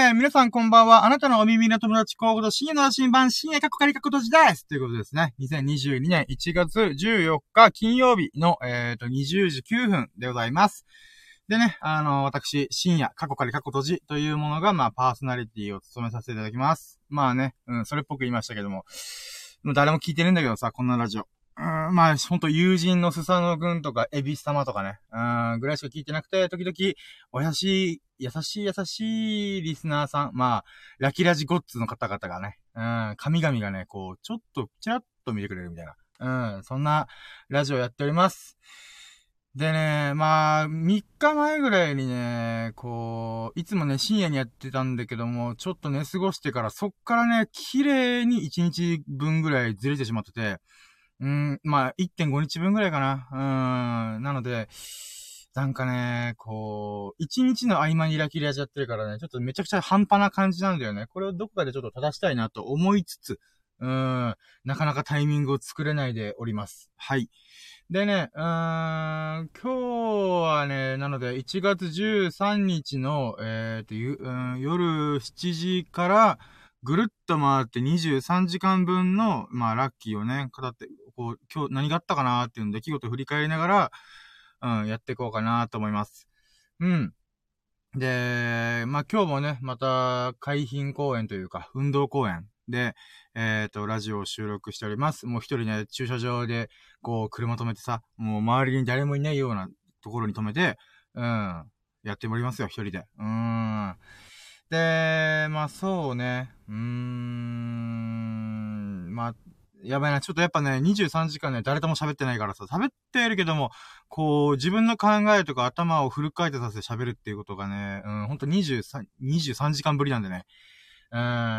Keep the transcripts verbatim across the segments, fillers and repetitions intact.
ー、皆さんこんばんは。あなたのお耳の友達候補と深夜の新版、深夜過去仮過去閉じです。ということですね。にせんにじゅうにねんいちがつじゅうよっか金曜日の、えーと、にじゅうじきゅうふんでございます。でね、あの、私、深夜過去仮過去閉じというものが、まあ、パーソナリティを務めさせていただきます。まあね、うん、それっぽく言いましたけども。もう誰も聞いてるんだけどさ、こんなラジオ。うーん、まあ、ほんと友人のスサノくんとか、エビス様とかね、うーん、ぐらいしか聞いてなくて、時々、おやしい、優しい優しいリスナーさん、まあ、ラキラジゴッツの方々がね、うん、神々がね、こう、ちょっと、ちらっと見てくれるみたいな、うん、そんなラジオやっております。でね、まあ、みっかまえぐらいにね、こう、いつもね、深夜にやってたんだけども、ちょっと寝過ごしてから、そっからね、綺麗にいちにちぶんぐらいずれてしまってて、うーん、まあ、いってんごにちぶんぐらいかな。うーん、なので、なんかね、こう、いちにちの合間にラキラジやってるからね、ちょっとめちゃくちゃ半端な感じなんだよね。これをどこかでちょっと正したいなと思いつつ、うーん、なかなかタイミングを作れないでおります。はい。でね、うーん、今日はね、なのでいちがつじゅうさんにちの、えーと、ゆうん、夜しちじからぐるっと回ってにじゅうさんじかんぶんの、まあ、ラッキーをね、語って、こう、今日何があったかなーっていうの出来事を振り返りながら、うん、やっていこうかなと思います。うん。で、まあ、今日もね、また、海浜公園というか、運動公園で、えっと、ラジオを収録しております。もう一人ね、駐車場で、こう、車止めてさ、もう周りに誰もいないようなところに止めて、うん、やっておりますよ、一人で。うーん。で、まあ、そうね、うーん、まあ、やばいな、ちょっとやっぱね、にじゅうさんじかんね、誰とも喋ってないからさ、喋ってるけども、こう、自分の考えとか頭をフル回転させて喋るっていうことがね、うん、ほんとにじゅうさん、にじゅうさんじかんぶりなんでね、うん、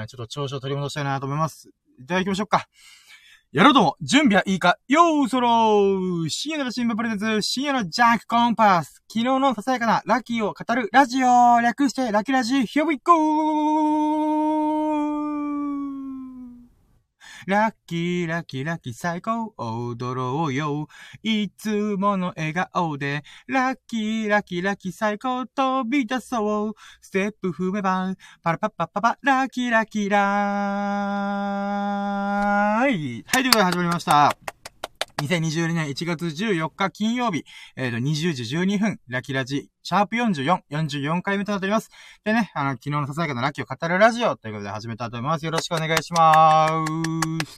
ちょっと調子を取り戻したいなと思います。いただきましょうか。やろうとも、準備はいいか、よーそろー深夜の新聞プレゼンツ、深夜のジャンクコンパス。昨日のささやかなラッキーを語るラジオ、略してラキラジ、Here we go!ラッキーラッキーラッキー最高踊ろうよいつもの笑顔でラッキーラッキーラッキー最高飛び出そうステップ踏めばパラパッパッパパラッキーラッキーラーイはいということで始まりましたにせんにじゅうにねんいちがつじゅうよっか金曜日、えっと、にじゅうじじゅうにふん、ラキラジ、シャープよんじゅうよん、よんじゅうよんかいめとなっております。でね、あの、昨日のささやかなラッキーを語るラジオということで始めたいと思います。よろしくお願いしまーす。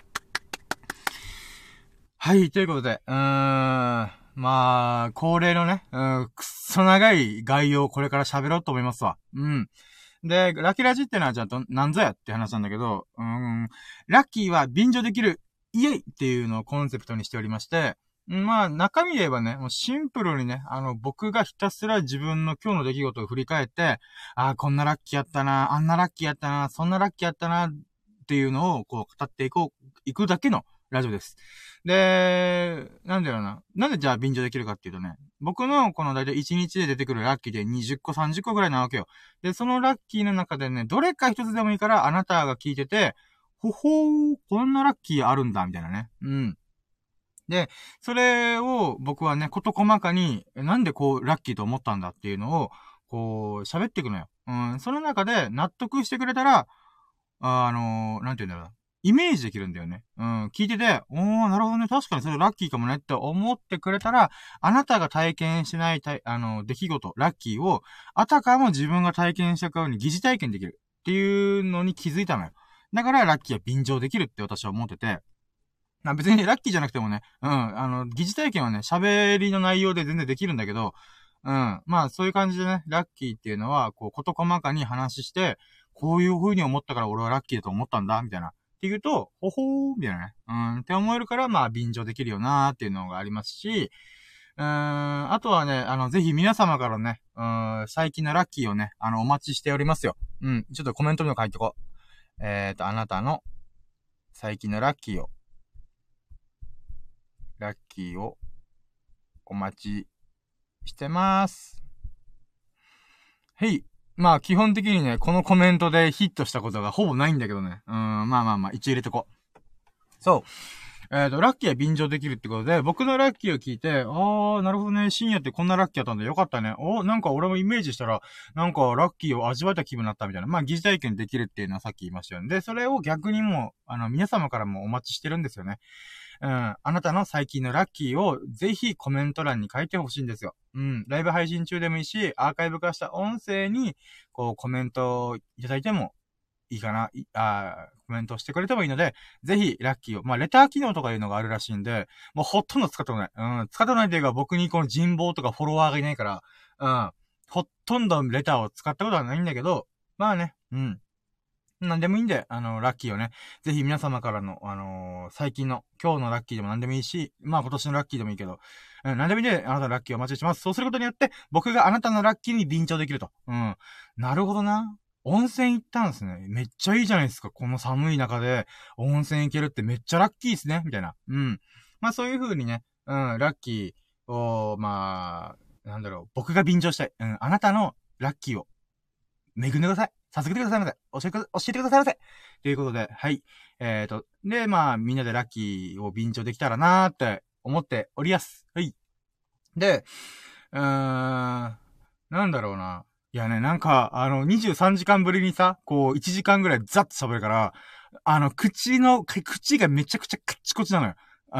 はい、ということで、うーん、まあ、恒例のね、うん、くっそ長い概要をこれから喋ろうと思いますわ。うん。で、ラッキーラジってのはじゃあど、なんぞやって話なんだけど、うーん、ラッキーは便乗できるイエイっていうのをコンセプトにしておりまして、まあ、中身で言えばね、もうシンプルにね、あの、僕がひたすら自分の今日の出来事を振り返って、ああ、こんなラッキーやったな、あんなラッキーやったな、そんなラッキーやったな、っていうのを、こう、語っていこう、いくだけのラジオです。で、なんだろうな。なんでじゃあ便乗できるかっていうとね、僕のこの大体いちにちで出てくるラッキーでにじゅっこさんじゅっこぐらいなわけよ。で、そのラッキーの中でね、どれか一つでもいいからあなたが聞いてて、ほほー、こんなラッキーあるんだ、みたいなね。うん。で、それを僕はね、こと細かに、なんでこう、ラッキーと思ったんだっていうのを、こう、喋っていくのよ。うん、その中で納得してくれたら、あのー、なんて言うんだろうな。イメージできるんだよね。うん、聞いてて、おー、なるほどね、確かにそれラッキーかもねって思ってくれたら、あなたが体験しないたい、あの、出来事、ラッキーを、あたかも自分が体験したかように疑似体験できるっていうのに気づいたのよ。だからラッキーは便乗できるって私は思ってて、まあ別にラッキーじゃなくてもね、うん、あの、疑似体験はね、喋りの内容で全然できるんだけど、うん、まあそういう感じでね、ラッキーっていうのは、こう、こと細かに話して、こういう風に思ったから俺はラッキーだと思ったんだ、みたいな。って言うと、ほほー、みたいなね。うん、って思えるから、まあ便乗できるよなーっていうのがありますし、うーん、あとはね、あの、ぜひ皆様からね、うん、最近のラッキーをね、あの、お待ちしておりますよ。うん、ちょっとコメントにも書いてこう。えーと、あなたの最近のラッキーをラッキーをお待ちしてます。へい。まあ基本的にね、このコメントでヒットしたことがほぼないんだけどね。うーん、まあまあまあ、一応入れてこう。そう。 えっと、ラッキーは便乗できるってことで、僕のラッキーを聞いて、あー、なるほどね、深夜ってこんなラッキーだったんだ、よかったね。お、なんか俺もイメージしたら、なんかラッキーを味わえた気分になったみたいな。まあ、疑似体験できるっていうのはさっき言いましたよね。で、それを逆にもう、あの、皆様からもお待ちしてるんですよね。うん。あなたの最近のラッキーをぜひコメント欄に書いてほしいんですよ。うん。ライブ配信中でもいいし、アーカイブ化した音声に、こう、コメントいただいてもいいかな。いあコメントしてくれてもいいので、ぜひ、ラッキーを。まあ、レター機能とかいうのがあるらしいんで、もうほとんど使ってこない。うん。使ってこないというか、僕にこの人望とかフォロワーがいないから、うん。ほとんどレターを使ったことはないんだけど、まあね、うん。なんでもいいんで、あの、ラッキーをね、ぜひ皆様からの、あのー最近の、今日のラッキーでも何でもいいし、まあ今年のラッキーでもいいけど、うん、何でもいいんで、あなたのラッキーをお待ちしてます。そうすることによって、僕があなたのラッキーに臨調できると。うん。なるほどな。温泉行ったんですね。めっちゃいいじゃないですか。この寒い中で、温泉行けるってめっちゃラッキーですね。みたいな。うん。まあそういう風にね、うん、ラッキーを、まあ、なんだろう、僕が便乗したい。うん、あなたのラッキーを恵んでください。授けてくださいませ。教えてく、教えてくださいませ。ということで、はい。えーと、で、まあ、みんなでラッキーを便乗できたらなーって思っておりやす。はい。で、うーん、なんだろうな。いやね、なんか、あの、にじゅうさんじかんぶりにさ、こう、いちじかんぐらいザッと喋るから、あの、口の、口がめちゃくちゃカッチコチなのよ。うん。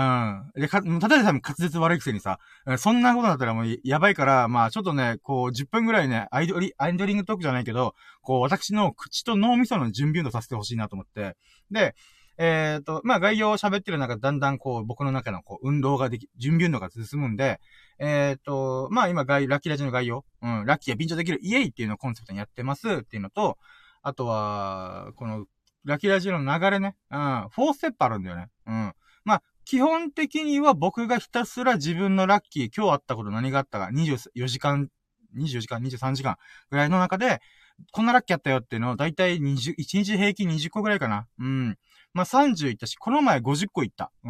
で、か、ただでさえも滑舌悪いくせにさ、そんなことだったらもうやばいから、まあちょっとね、こうじゅっぷんぐらいね、アイドリ、アイドリングトークじゃないけど、こう私の口と脳みその準備運動させてほしいなと思って。で、えっと、まあ概要を喋ってる中、だんだんこう僕の中のこう運動ができ、準備運動が進むんで、えっと、まあ今概、ラッキーラジの概要、うん、ラッキーは便乗できるイエイっていうのをコンセプトにやってますっていうのと、あとは、この、ラッキーラジの流れね、うん、よんステップあるんだよね。うん。まあ、基本的には僕がひたすら自分のラッキー、今日あったこと何があったか、にじゅうよじかん、にじゅうよじかん、にじゅうさんじかんぐらいの中で、こんなラッキーあったよっていうのを、だいたいにじゅう、いちにち平均にじゅっこぐらいかな。うん。まあ、さんじゅういったし、この前ごじゅっこいった。うん。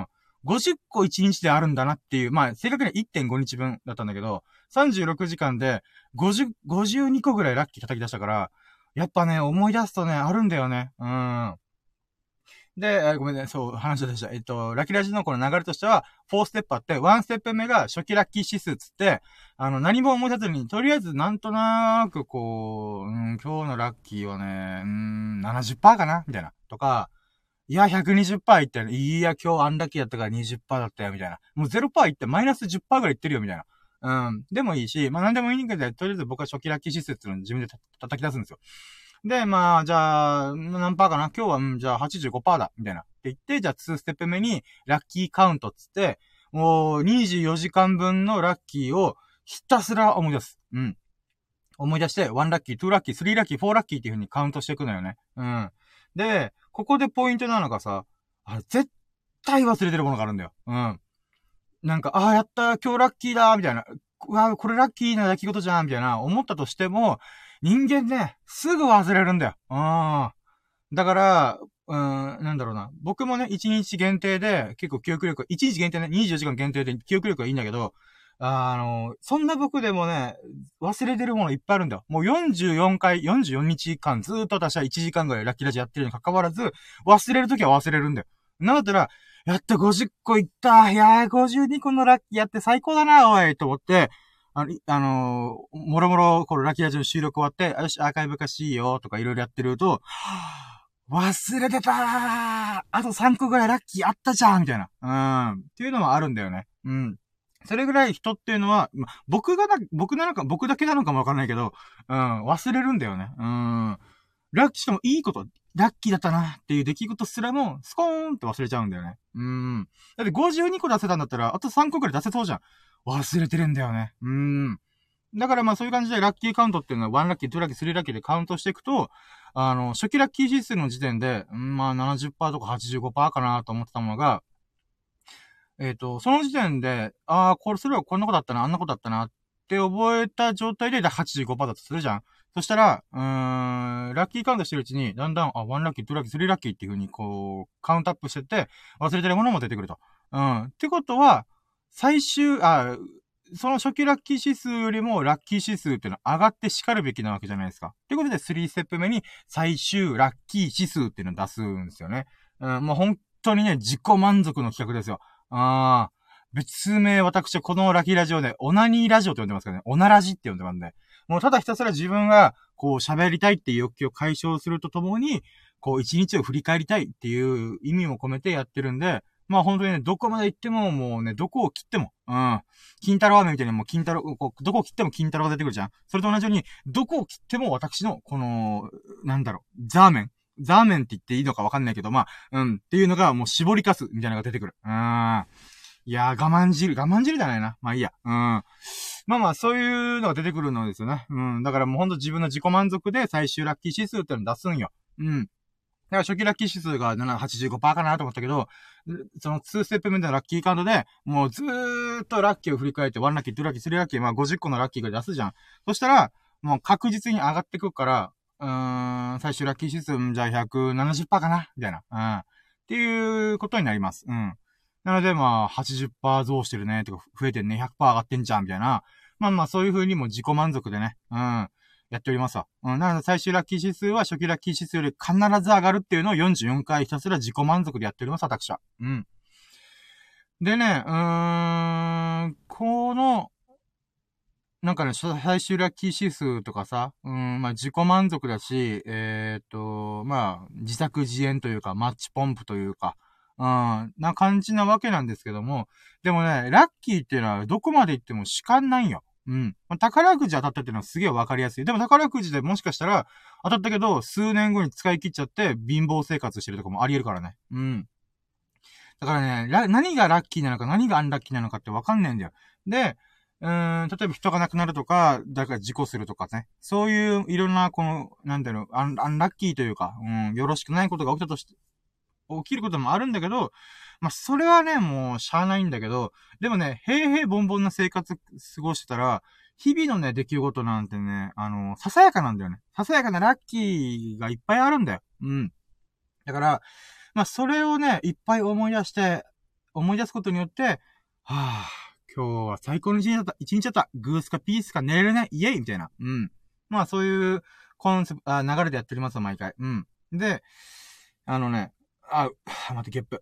ごじゅっこいちにちであるんだなっていう、まあ、正確には いってんごにちぶんだったんだけど、さんじゅうろくじかんでごじゅう、ごじゅうにこぐらいラッキー叩き出したから、やっぱね、思い出すとね、あるんだよね。うん。で、えごめんね、そう、話でした。えっと、ラッキーラジのこの流れとしては、よんステップあって、いちステップ目が初期ラッキー指数つって、あの、何も思い立たずに、とりあえずなんとなーくこう、うん、今日のラッキーはね、うん、ななじゅっパーセントかなみたいな。とか、いや、ひゃくにじゅっパーセントいったよ。いや、今日アンラッキーだったからにじゅっパーセントだったよ、みたいな。もうゼロパーセントいってマイナスじゅっパーセントぐらいいってるよ、みたいな。うん。でもいいし、まあ、なんでもいいんだけど、とりあえず僕は初期ラッキー指数っていうのを自分で叩き出すんですよ。で、まあ、じゃあ、何パーかな今日は、うん、じゃあ はちじゅうごパーセント だ。みたいな。って言って、じゃあにステップ目に、ラッキーカウントっつって、もう、にじゅうよじかんぶんのラッキーを、ひたすら思い出す。うん。思い出して、いちラッキー、にラッキー、さんラッキー、よんラッキーっていう風にカウントしていくのよね。うん。で、ここでポイントなのがさ、あれ、絶対忘れてるものがあるんだよ。うん。なんか、ああ、やった、今日ラッキーだ、みたいな。うわ、これラッキーな出来事じゃん、みたいな、思ったとしても、人間ね、すぐ忘れるんだよ。うん。だから、うーん、なんだろうな。僕もね、いちにち限定で、結構記憶力、いちにち限定ね、にじゅうよじかん限定で記憶力はいいんだけど、あの、そんな僕でもね、忘れてるものいっぱいあるんだよ。もうよんじゅうよんかい、よんじゅうよっかんずーっと私はいちじかんぐらいラッキーラジやってるにもかかわらず、忘れるときは忘れるんだよ。なんだったら、やったごじゅっこいったいやーごじゅうにこのラッキーやって最高だな、おいと思って、あの、あのー、もろもろ、このラッキーラジオの収録終わって、よし、アーカイブ化しいよ、とかいろいろやってると、忘れてたーあとさんこぐらいラッキーあったじゃんみたいな。うん。っていうのはあるんだよね。うん。それぐらい人っていうのは、ま、僕がな、僕なのか、僕だけなのかもわかんないけど、うん、忘れるんだよね。うん。ラッキー、しかもいいこと、ラッキーだったなっていう出来事すらも、スコーンって忘れちゃうんだよね。うん。だってごじゅうにこ出せたんだったら、あとさんこくらい出せそうじゃん。忘れてるんだよね。うん。だからまあそういう感じでラッキーカウントっていうのは、いちラッキー、にラッキー、さんラッキーでカウントしていくと、あの、初期ラッキー指数の時点で、んまあななじゅっパーセントとか はちじゅうごパーセント かなと思ってたものが、えっと、その時点で、ああ、これ、それはこんなことだったな、あんなことだったなって覚えた状態ではちじゅうごパーセントだとするじゃん。そしたら、うーん、ラッキーカウントしてるうちに、だんだん、あ、いちラッキー、にラッキー、さんラッキーっていう風に、こう、カウントアップしてって、忘れてるものも出てくると。うん。ってことは、最終、あ、その初期ラッキー指数よりもラッキー指数っていうのは上がって叱るべきなわけじゃないですか。ってことで、さんステップ目に最終ラッキー指数っていうのを出すんですよね。うん、もう本当にね、自己満足の企画ですよ。あー。別名、私はこのラッキーラジオで、オナニーラジオと呼んでますからね。オナラジって呼んでますんで。もうただひたすら自分が、こう喋りたいっていう欲求を解消するとともに、こう一日を振り返りたいっていう意味も込めてやってるんで、まあ本当にね、どこまで行ってももうね、どこを切っても、うん。金太郎飴みたいにもう金太郎、こう、どこを切っても金太郎が出てくるじゃん。それと同じように、どこを切っても私の、この、なんだろう、ザーメン。ザーメンって言っていいのかわかんないけど、まあ、うん。っていうのがもう絞りかすみたいなのが出てくる。うん。いやー、我慢汁、我慢汁じゃないな。まあいいや。うん。まあまあ、そういうのが出てくるのですよね。うん。だからもうほんと自分の自己満足で最終ラッキー指数ってのを出すんよ。うん。だから初期ラッキー指数がなな、はちじゅうごパーセント かなと思ったけど、そのにステップ目のラッキーカードで、もうずーっとラッキーを振り返って、いちラッキー、にラッキー、さんラッキー、まあごじゅっこのラッキーが出すじゃん。そしたら、もう確実に上がってくるから、うーん、最終ラッキー指数、じゃあひゃくななじゅっパーセントかなみたいな。うん。っていうことになります。うん。なので、まあ、はちじゅっパーセント増してるね、とか、増えてんね、ひゃくパーセント上がってんじゃん、みたいな。まあまあ、そういう風にも自己満足でね、うん、やっておりますわ。うん、なので、最終ラッキー指数は初期ラッキー指数より必ず上がるっていうのをよんじゅうよんかいひたすら自己満足でやっております、私は。うん。でね、うーん、この、なんかね、最終ラッキー指数とかさ、うん、まあ自己満足だし、えっと、まあ、自作自演というか、マッチポンプというか、うん、な感じなわけなんですけども、でもね、ラッキーっていうのはどこまで行っても主観ないんよ。うん。まあ、宝くじ当たったっていうのはすげえわかりやすい。でも宝くじでもしかしたら当たったけど、数年後に使い切っちゃって貧乏生活してるとかもあり得るからね。うん。だからね、何がラッキーなのか何がアンラッキーなのかってわかんないんだよ。で、うーん、例えば人が亡くなるとか、だから事故するとかね。そういういろんな、この、なんだろう、アン、アンラッキーというか、うん、よろしくないことが起きたとして、起きることもあるんだけど、まあ、それはね、もう、しゃあないんだけど、でもね、平々凡々な生活過ごしてたら、日々のね、出来事なんてね、あの、ささやかなんだよね。ささやかなラッキーがいっぱいあるんだよ。うん。だから、まあ、それをね、いっぱい思い出して、思い出すことによって、はぁ、あ、今日は最高の一日だった、一日だった、グースかピースか寝れるね、イエイみたいな。うん。まあ、そういうコンセプト、あ、流れでやっておりますよ、毎回。うん。で、あのね、あ、待って、ゲップ。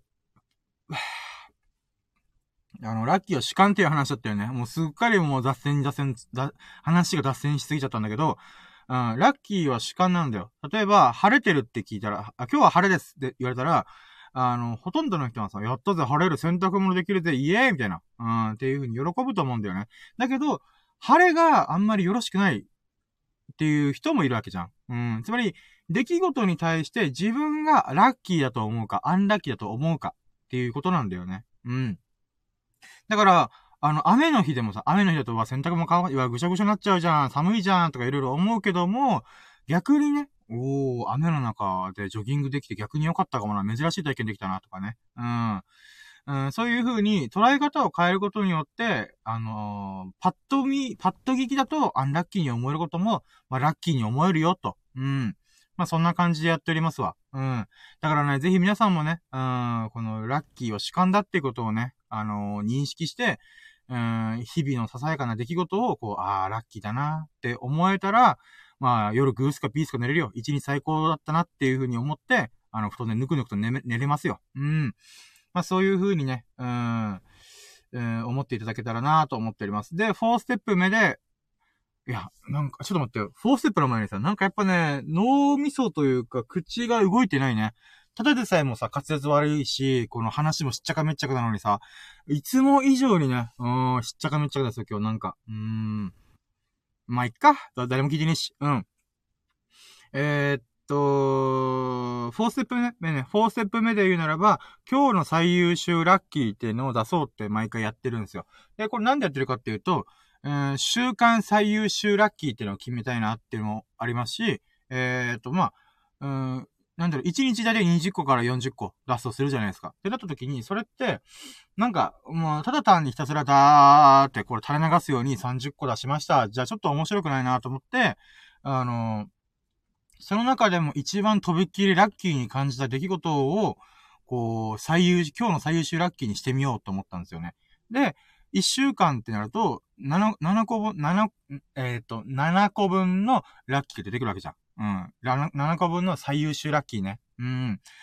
あの、ラッキーは主観っていう話だったよね。もうすっかりもう脱線、脱線、だ話が脱線しすぎちゃったんだけど、うん、ラッキーは主観なんだよ。例えば、晴れてるって聞いたら、あ、今日は晴れですって言われたら、あの、ほとんどの人はさ、やったぜ、晴れる、洗濯物できるぜ、イエーイみたいな、うん、っていう風に喜ぶと思うんだよね。だけど、晴れがあんまりよろしくないっていう人もいるわけじゃん。うん、つまり、出来事に対して自分がラッキーだと思うか、アンラッキーだと思うかっていうことなんだよね。うん。だから、あの、雨の日でもさ、雨の日だと、わ、洗濯も乾い、わ、ぐしゃぐしゃになっちゃうじゃん、寒いじゃん、とかいろいろ思うけども、逆にね、おー、雨の中でジョギングできて逆に良かったかもな、珍しい体験できたな、とかね。うん。うん、そういう風に捉え方を変えることによって、あのー、パッと見、パッと聞きだと、アンラッキーに思えることも、まあ、ラッキーに思えるよ、と。うん。まあ、そんな感じでやっておりますわ。うん。だからね、ぜひ皆さんもね、うん、このラッキーは主観だっていうことをね、あのー、認識して、うん、日々のささやかな出来事を、こう、ああ、ラッキーだなって思えたら、まあ、夜グースかピースか寝れるよ。一日最高だったなっていう風に思って、あの、布団でぬくぬくと寝寝れますよ。うん。まあ、そういう風にね、うん、うん、思っていただけたらなと思っております。で、よんステップ目で、いや、なんか、ちょっと待ってよ。よんステップの前にさ、なんかやっぱね、脳みそというか、口が動いてないね。ただでさえもさ、滑舌悪いし、この話もしっちゃかめっちゃかなのにさ、いつも以上にね、うーん、しっちゃかめっちゃかですよ、今日なんか。うーん。まあ、いっか。誰も聞いてねえし。うん。えー、っと、よんステップ目ね、よんステップ目で言うならば、今日の最優秀ラッキーっていうのを出そうって毎回やってるんですよ。で、これなんでやってるかっていうと、うん、週間最優秀ラッキーっていうのを決めたいなっていうのもありますし、えー、っと、まあ、うん、なんだろう、いちにちだいたいにじゅっこからよんじゅっこ出すとするじゃないですか。ってなった時に、それって、なんか、もう、ただ単にひたすらだーって、これ垂れ流すようにさんじゅっこ出しました。じゃあちょっと面白くないなと思って、あのー、その中でも一番とびっきりラッキーに感じた出来事を、こう、最優、今日の最優秀ラッキーにしてみようと思ったんですよね。で、一週間ってなると、7、7個分、7、えっと、ななこぶんのラッキーが出てくるわけじゃん。うん。ななこぶんの最優秀ラッキーね。うん。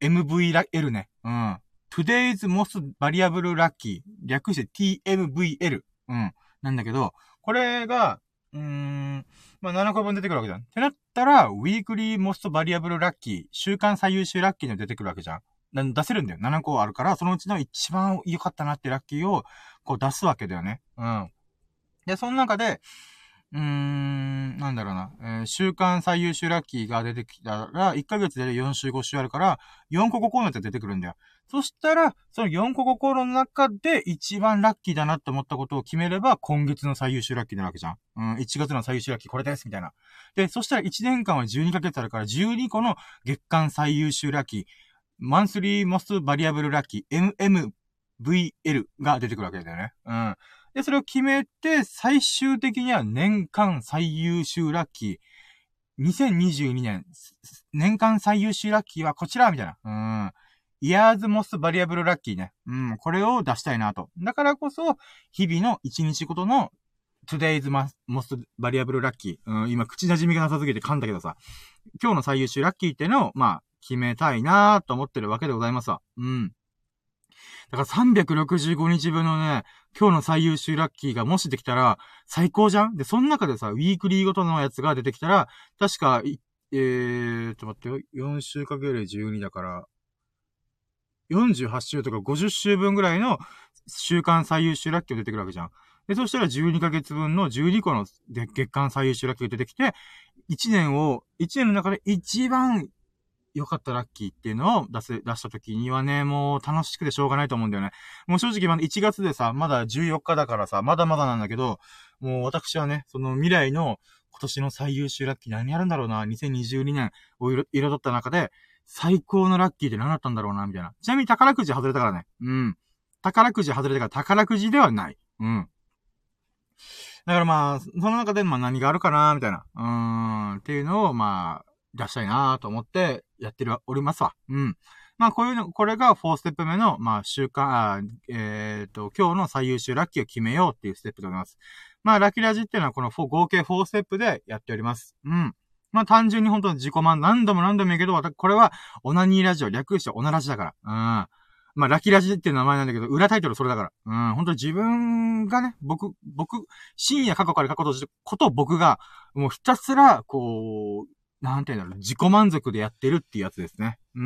エムブイエル ね。うん。Today's Most Variable Lucky。略して ティーエムブイエル。うん。なんだけど、これが、うーん、まあ、ななこぶん出てくるわけじゃん。ってなったら、Weekly Most Variable Lucky。週間最優秀ラッキーの出てくるわけじゃん。なん出せるんだよ。ななこあるから、そのうちの一番良かったなってラッキーを、こう出すわけだよね。うん。で、その中で、うーん、なんだろうな、えー週間最優秀ラッキーが出てきたら、いっかげつでよん週ご週あるから、よんこごコーナーって出てくるんだよ。そしたら、そのよんこごコーナーの中で一番ラッキーだなって思ったことを決めれば、今月の最優秀ラッキーなわけじゃん。うん、いちがつの最優秀ラッキーこれです、みたいな。で、そしたらいちねんかんはじゅうにかげつあるから、じゅうにこの月間最優秀ラッキー、マンスリーモストバリアブルラッキー、エムエムブイエル が出てくるわけだよね。うん。で、それを決めて、最終的には年間最優秀ラッキー。にせんにじゅうにねん、年間最優秀ラッキーはこちらみたいな。うん。Year's Most Variable Lucky ね。うん。これを出したいなと。だからこそ、日々のいちにちごとの Today's Most Variable Lucky。うん。今、口馴染みがなさすぎて噛んだけどさ。今日の最優秀ラッキーっていうのを、まあ、決めたいなと思ってるわけでございますわ。うん。だからさんびゃくろくじゅうごにちぶんのね、今日の最優秀ラッキーがもしできたら、最高じゃんで、その中でさ、ウィークリーごとのやつが出てきたら、確か、えー、ちょっと待ってよ。よん週かけるじゅうにだから、よんじゅうはち週とかごじゅっ週分ぐらいの週間最優秀ラッキーが出てくるわけじゃん。で、そしたらじゅうにかげつぶんのじゅうにこの月間最優秀ラッキーが出てきて、いちねんを、いちねんの中で一番良かったラッキーっていうのを出せ、出した時にはね、もう楽しくてしょうがないと思うんだよね。もう正直まだいちがつでさ、まだじゅうよっかだからさ、まだまだなんだけど、もう私はね、その未来の今年の最優秀ラッキー何やるんだろうな、にせんにじゅうにねんを彩った中で、最高のラッキーって何だったんだろうな、みたいな。ちなみに宝くじ外れたからね。うん。宝くじ外れたから宝くじではない。うん。だからまあ、その中でまあ何があるかな、みたいな。うーん。っていうのをまあ、出したいなと思ってやってる、おりますわ。うん。まあこういうの、これがよんステップ目の、まあ週間、あえっ、ー、と、今日の最優秀ラッキーを決めようっていうステップでございます。まあラッキーラジっていうのはこのよん合計よんステップでやっております。うん。まあ単純に本当に自己満、何度も何度も言うけど、これはオナニーラジオ、略してオナラジだから。うん。まあラッキーラジっていう名前なんだけど、裏タイトルそれだから。うん。本当に自分がね、僕、僕、深夜過去から過去としてことを僕が、もうひたすら、こう、なんていうんだろう、自己満足でやってるっていうやつですね。うん。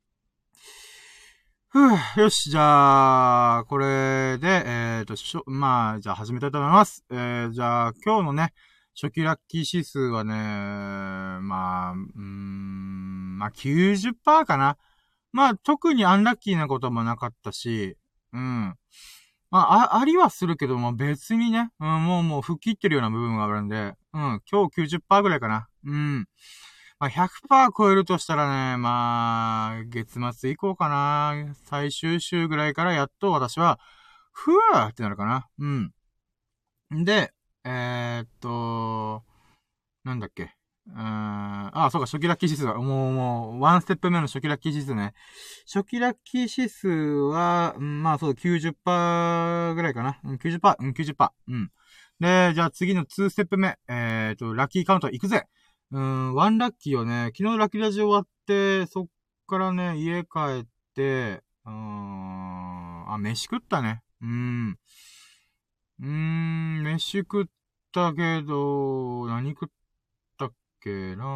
ふぅ、よし、じゃあ、これで、えっ、ー、と、しょ、まあ、じゃあ始めたいと思います。えー、じゃあ、今日のね、初期ラッキー指数はね、まあ、うーん、まあ きゅうじゅっパーセント かな。まあ、特にアンラッキーなこともなかったし、うん。まあ、あ、ありはするけども、別にね、うん、もうもう吹っ切ってるような部分があるんで、うん、今日 きゅうじゅっパーセント ぐらいかな。うん。まあ、ひゃくパーセント 超えるとしたらね、まあ、月末以降かな。最終週ぐらいからやっと私は、ふわーってなるかな。うん。で、えー、っと、なんだっけ。うーん。あ、そうか、初期ラッキー指数は、もう、もう、ワンステップ目の初期ラッキー指数ね。初期ラッキー指数は、うん、まあそう、きゅうじゅっパーセント ぐらいかな。うん、きゅうじゅっパーセント、うん、きゅうじゅっパーセント。うん。で、じゃあ次のにステップ目。えーと、ラッキーカウント行くぜ。うん、ワンラッキーをね、昨日ラッキーラジオ終わって、そっからね、家帰って、うーん、あ、飯食ったね。うん。うーん、飯食ったけど、何食ったっけな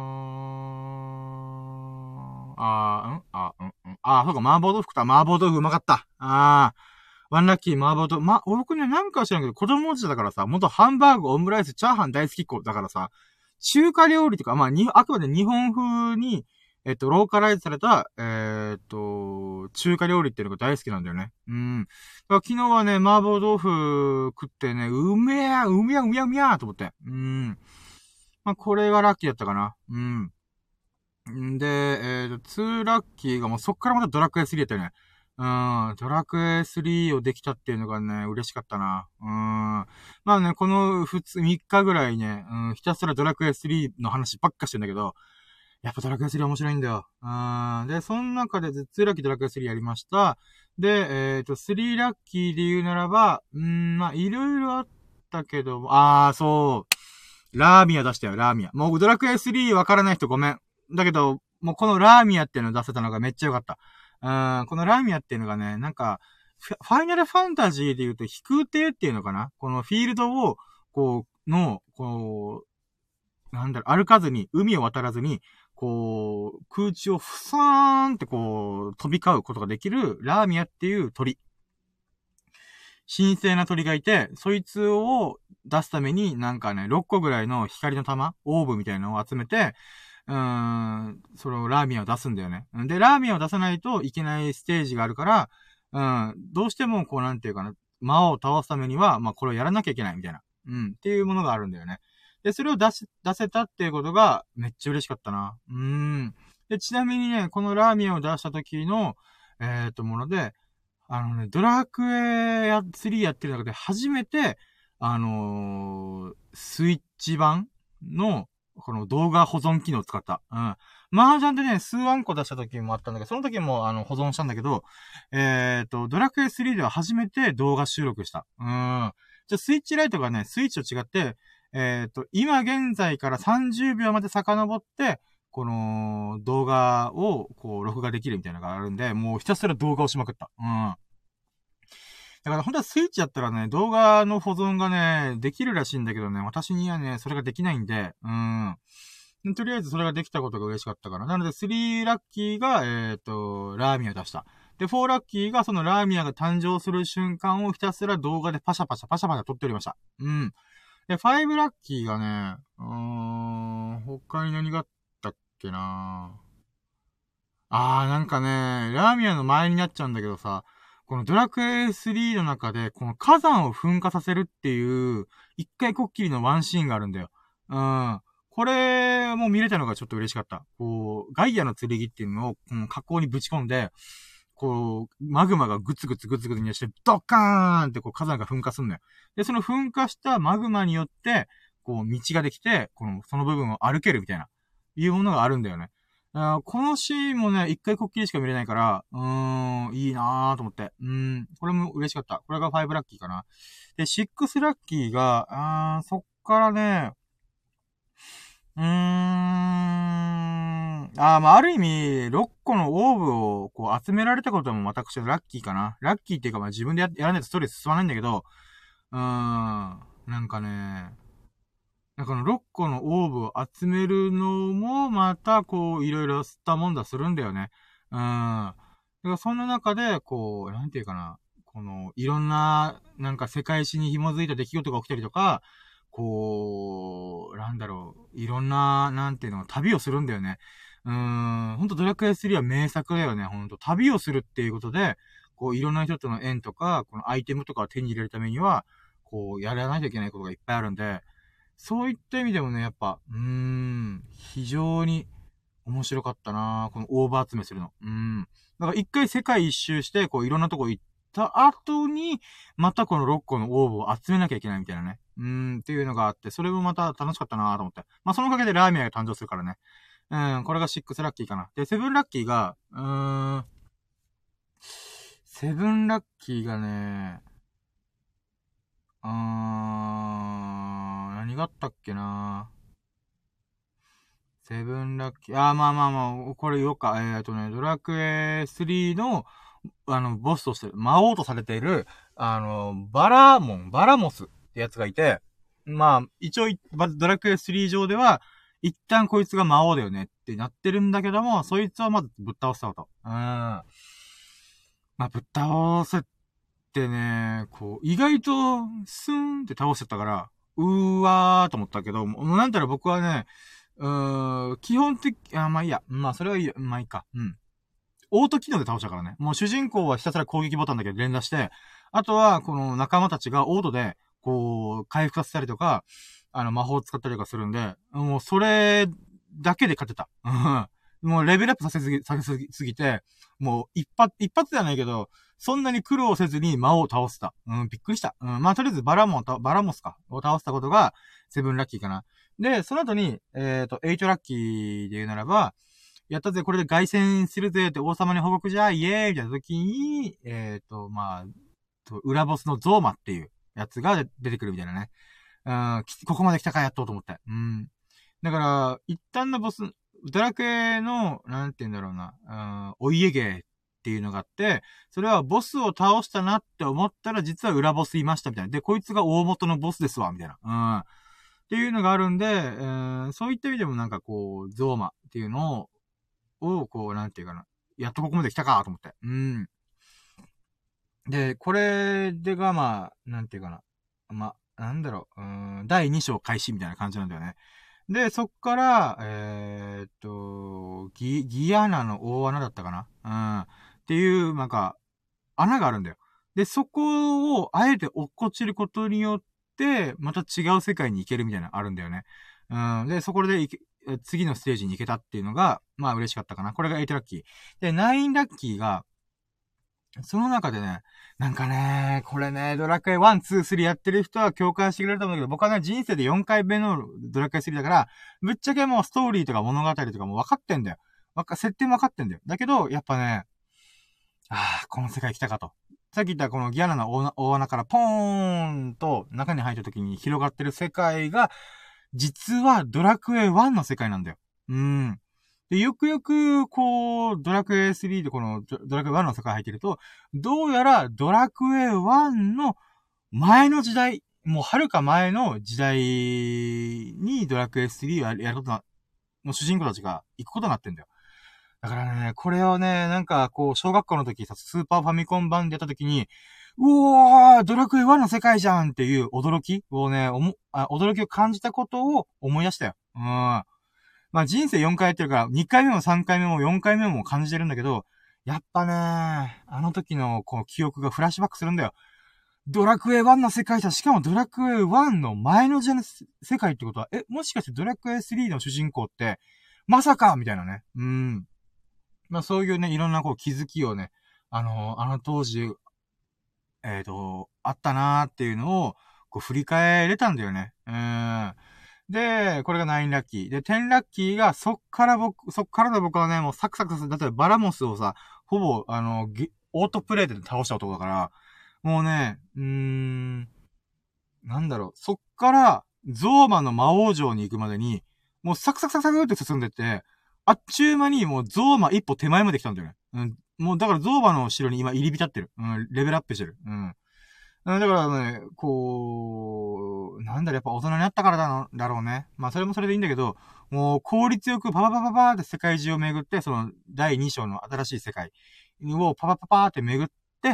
あー、んあ、うん、うん。あ、そうか、麻婆豆腐食った。麻婆豆腐うまかった。あー。ワンラッキー麻婆豆腐。ま、僕ね、なんか知らんけど、子供時代だからさ、元ハンバーグ、オムライス、チャーハン大好きっ子だからさ、中華料理とか、まあ、に、あくまで日本風に、えっと、ローカライズされた、えー、っと、中華料理っていうのが大好きなんだよね。うん。だから昨日はね、麻婆豆腐食ってね、うめえや、うめえや、うめえや、うめえや、と思って。うん。まあ、これがラッキーだったかな。うん。んで、えー、と、にラッキーがもうそっからまたドラクエスリーやったよね。うん、ドラクエスリーをできたっていうのがね、嬉しかったな。うん。まあね、このふつ、みっかぐらいね、うん、ひたすらドラクエスリーの話ばっかしてんだけど、やっぱドラクエスリー面白いんだよ。うん。で、その中でにラッキードラクエスリーやりました。で、えっ、ー、と、さんラッキーで言うならば、うん、まあ、いろいろあったけど、あー、そう。ラーミア出したよ、ラーミア。もうドラクエスリーわからない人ごめん。だけど、 もうこのラーミアっていうのを出せたのがめっちゃ良かった。うん、このラーミアっていうのがね、なんか、ファイナルファンタジーで言うと飛空艇っていうのかな、このフィールドを、こう、の、こう、なんだろう、歩かずに、海を渡らずに、こう、空中をふさーんってこう、飛び交うことができる、ラーミアっていう鳥。神聖な鳥がいて、そいつを出すために、なんかね、ろっこぐらいの光の玉、オーブみたいなのを集めて、うーん、そのラーミアを出すんだよね。で、ラーミアを出さないといけないステージがあるから、うん、どうしてもこうなんていうかな、魔王を倒すためには、まあこれをやらなきゃいけないみたいな。うん、っていうものがあるんだよね。で、それを出し、出せたっていうことがめっちゃ嬉しかったな。うーん。で、ちなみにね、このラーミアを出した時の、えーっと、もので、あのね、ドラクエやスリーやってる中で初めて、あのー、スイッチ版の、この動画保存機能を使った。うん。麻雀でね、数万個出した時もあったんだけど、その時もあの保存したんだけど、えっと、ドラクエスリーでは初めて動画収録した。うん。じゃあスイッチライトがね、スイッチと違って、えっと、今現在からさんじゅうびょうまで遡って、この動画をこう録画できるみたいなのがあるんで、もうひたすら動画をしまくった。うん。だから本当はスイッチだったらね、動画の保存がね、できるらしいんだけどね、私にはね、それができないんで、うん。とりあえずそれができたことが嬉しかったから。なので、スリーラッキーが、えっと、ラーミアを出した。で、フォーラッキーがそのラーミアが誕生する瞬間をひたすら動画でパシャパシャパシャパシャ撮っておりました。うん。で、ファイブラッキーがね、うーん、他に何があったっけなあー、なんかね、ラーミアの前になっちゃうんだけどさ、このドラクエスリーの中で、この火山を噴火させるっていう、一回こっきりのワンシーンがあるんだよ。うん。これも見れたのがちょっと嬉しかった。こう、ガイアの剣っていうのを、この火口にぶち込んで、こう、マグマがグツグツグツグツにして、ドッカーンってこう火山が噴火すんのよ。で、その噴火したマグマによって、こう、道ができて、この、その部分を歩けるみたいな、いうものがあるんだよね。あーこのシーンもね、一回こっきりしか見れないから、うーん、いいなーと思って。うん、これも嬉しかった。これがファイブラッキーかな。で、シックスラッキーが、あーそっからね、うーん、あーまあ、ある意味、ろっこのオーブをこう集められたことも私はラッキーかな。ラッキーっていうかまあ自分でや、やらないとストーリー進まないんだけど、うーん、なんかね、なんかこのろっこのオーブを集めるのも、また、こう、いろいろ吸ったもんだするんだよね。うん。だからそんな中で、こう、なんていうかな。この、いろんな、なんか世界史に紐づいた出来事が起きたりとか、こう、なんだろう、いろんな、なんていうの、旅をするんだよね。うーん、ほんとドラクエスリーは名作だよね、ほんと。旅をするっていうことで、こう、いろんな人との縁とか、このアイテムとかを手に入れるためには、こう、やらないといけないことがいっぱいあるんで、そういった意味でもね、やっぱ、うーん、非常に面白かったなこのオーバー集めするの。うん。だから一回世界一周して、こういろんなとこ行った後に、またこのろっこのオーブを集めなきゃいけないみたいなね。うーん、っていうのがあって、それもまた楽しかったなと思って。まあ、そのおかげでラーメンが誕生するからね。うん、これがシックスラッキーかな。で、セブンラッキーが、うーん、セブンラッキーがね、うーん、何があったっけなセブンラッキー、あー、まあまあまあ、これ言おうか。えっとね、ドラクエスリーの、あの、ボスとして、魔王とされている、あの、バラモン、バラモスってやつがいて、まあ、一応、ドラクエスリー上では、一旦こいつが魔王だよねってなってるんだけども、そいつはまずぶっ倒したと。うん。まあ、ぶっ倒せってね、こう、意外と、スーンって倒してたから、うーわーと思ったけど、もうなんたら僕はね、うーん、基本的、あ、まあいいや。まあそれはいいや。まあいいか。うん。オート機能で倒したからね。もう主人公はひたすら攻撃ボタンだけ連打して、あとは、この仲間たちがオートで、こう、回復させたりとか、あの、魔法を使ったりとかするんで、もうそれだけで勝てた。うん。もうレベルアップさせすぎ、させすぎて、もう一発、一発ではないけど、そんなに苦労せずに魔王を倒した。うん、びっくりした。うん、まあとりあえずバラモンた、バラモスか。を倒したことが、セブンラッキーかな。で、その後に、えっと、エイトラッキーで言うならば、やったぜ、これで凱旋するぜって王様に報告じゃ、イエーイみたいな時に、えっと、まあ、裏ボスのゾーマっていうやつが出てくるみたいなね。うん、ここまで来たかやっとうと思って。うん。だから、一旦のボス、 ドラクエの、なんて言うんだろうな、うん、お家芸っていうのがあって、それはボスを倒したなって思ったら実は裏ボスいましたみたいな。で、こいつが大元のボスですわ、みたいな。うん。っていうのがあるんで、えー、そういった意味でもなんかこう、ゾーマっていうのを、を、こう、なんていうかな。やっとここまで来たかと思って。うん。で、これでが、まあ、なんていうかな。まあ、なんだろう、うん、だいに章開始みたいな感じなんだよね。で、そっから、えー、っと、ギ、ギアナの大穴だったかな。うん。っていう、なんか、穴があるんだよ。で、そこを、あえて落っこちることによって、また違う世界に行けるみたいなのあるんだよね。うん。で、そこで行け、次のステージに行けたっていうのが、まあ嬉しかったかな。これがエイトラッキー。で、ナインラッキーが、その中でね、なんかね、これね、ドラクエワン、ツー、スリーやってる人は共感してくれると思うんだけど、僕はね、人生でよんかいめのドラクエスリーだから、ぶっちゃけもうストーリーとか物語とかも分かってんだよ。わか、設定も分かってんだよ。だけど、やっぱね、ああ、この世界来たかと。さっき言ったこのギャラの大大穴からポーンと中に入った時に広がってる世界が、実はドラクエワンの世界なんだよ。うん。で、よくよく、こう、ドラクエスリーでこのドラクエワンの世界入ってると、どうやらドラクエワンの前の時代、もう遥か前の時代にドラクエスリーをやるやることな、の主人公たちが行くことになってんだよ。だからね、これをね、なんかこう、小学校の時さ、スーパーファミコン版でやった時に、うおー、ドラクエワンの世界じゃんっていう驚きをね、おも、あ、驚きを感じたことを思い出したよ。うん。まあ人生よんかいやってるから、にかいめもさんかいめもよんかいめも感じてるんだけど、やっぱね、あの時のこう記憶がフラッシュバックするんだよ。ドラクエワンの世界じゃ、しかもドラクエワンの前の時代の世界ってことは、え、もしかしてドラクエスリーの主人公って、まさかみたいなね。うん。まあそういうね、いろんなこう気づきをね、あのー、あの当時、えっ、ー、と、あったなーっていうのを、こう振り返れたんだよね。うん。で、これがナインラッキー。で、テンラッキーが、そっから僕、そっからの僕はね、もうサクサクさせ、だってバラモスをさ、ほぼ、あの、オートプレイで倒した男だから、もうね、うーん、なんだろう、そっから、ゾーマの魔王城に行くまでに、もうサクサクサクサクって進んでって、あっちゅう間にもうゾーマ一歩手前まで来たんだよね。うん。もうだからゾーマの後ろに今入り浸ってる。うん。レベルアップしてる。うん。だからね、こう、なんだろ、やっぱ大人になったからだのだろうね。まあそれもそれでいいんだけど、もう効率よくパパパパパーって世界中を巡って、そのだいに章の新しい世界をパパパパーって巡って、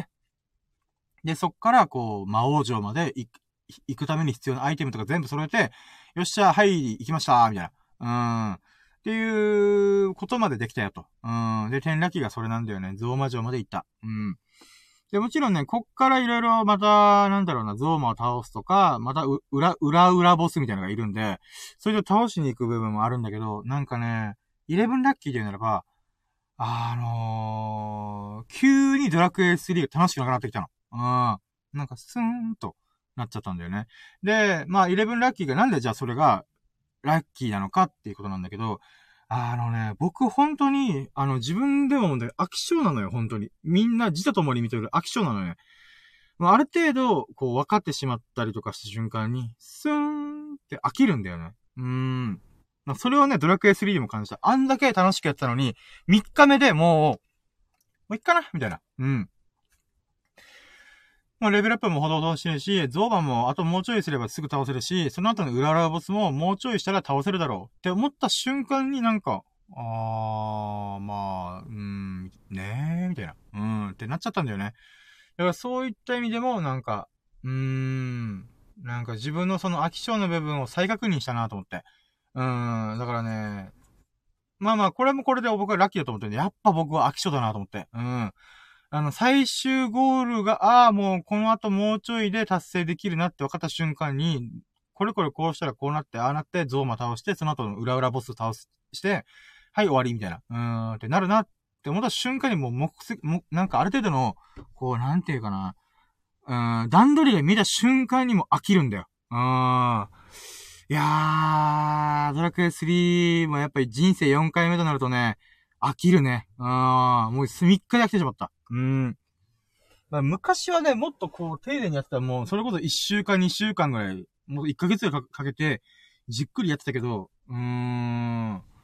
で、そっからこう、魔王城まで行く、行くために必要なアイテムとか全部揃えて、よっしゃ、はい、行きました、みたいな。うん。っていうことまでできたよと。うん。で、天ラッキーがそれなんだよね。ゾーマ城まで行った。うん。で、もちろんね、こっからいろいろまた、なんだろうな、ゾーマを倒すとか、またう、裏、裏裏ボスみたいなのがいるんで、それで倒しに行く部分もあるんだけど、なんかね、イレブンラッキーで言うならば、あのー、急にドラクエスリーが楽しくなくなってきたの。うん。なんかスーンとなっちゃったんだよね。で、まあ、イレブンラッキーがなんでじゃあそれがラッキーなのかっていうことなんだけど、あのね、僕本当に、あの自分でも思うんだけど、飽き性なのよ、本当に。みんな自他ともに見てる飽き性なのよ。まあ、ある程度、こう分かってしまったりとかした瞬間に、スーンって飽きるんだよね。うーん。まあ、それをね、ドラクエスリーでも感じた。あんだけ楽しくやってたのに、みっかめでもう、もういっかなみたいな。うん。まあ、レベルアップもほどほどしてるし、ゾーバンもあともうちょいすればすぐ倒せるし、その後の裏裏ボスももうちょいしたら倒せるだろうって思った瞬間になんか、あー、まあ、うーん、ねえ、みたいな。うーん、ってなっちゃったんだよね。だからそういった意味でも、なんか、うーん、なんか自分のその飽き性の部分を再確認したなと思って。うーん、だからね、まあまあ、これもこれで僕はラッキーだと思ってるんで、やっぱ僕は飽き性だなと思って。うん。あの、最終ゴールが、ああ、もうこの後もうちょいで達成できるなって分かった瞬間に、これこれこうしたらこうなって、ああなって、ゾーマ倒して、その後の裏裏ボス倒す、して、はい、終わり、みたいな。うーん、ってなるなって思った瞬間にもう目的、も、なんかある程度の、こう、なんていうかな、うーん、段取りが見た瞬間にも飽きるんだよ。うーん。いやー、ドラクエスリーもやっぱり人生よんかいめとなるとね、飽きるね。あー、もうみっかで飽きてしまった。うーん。まあ、昔はね、もっとこう、丁寧にやってたらもう、それこそいっしゅうかん、にしゅうかんぐらい、もういっかげつかかけて、じっくりやってたけど、うーん。ま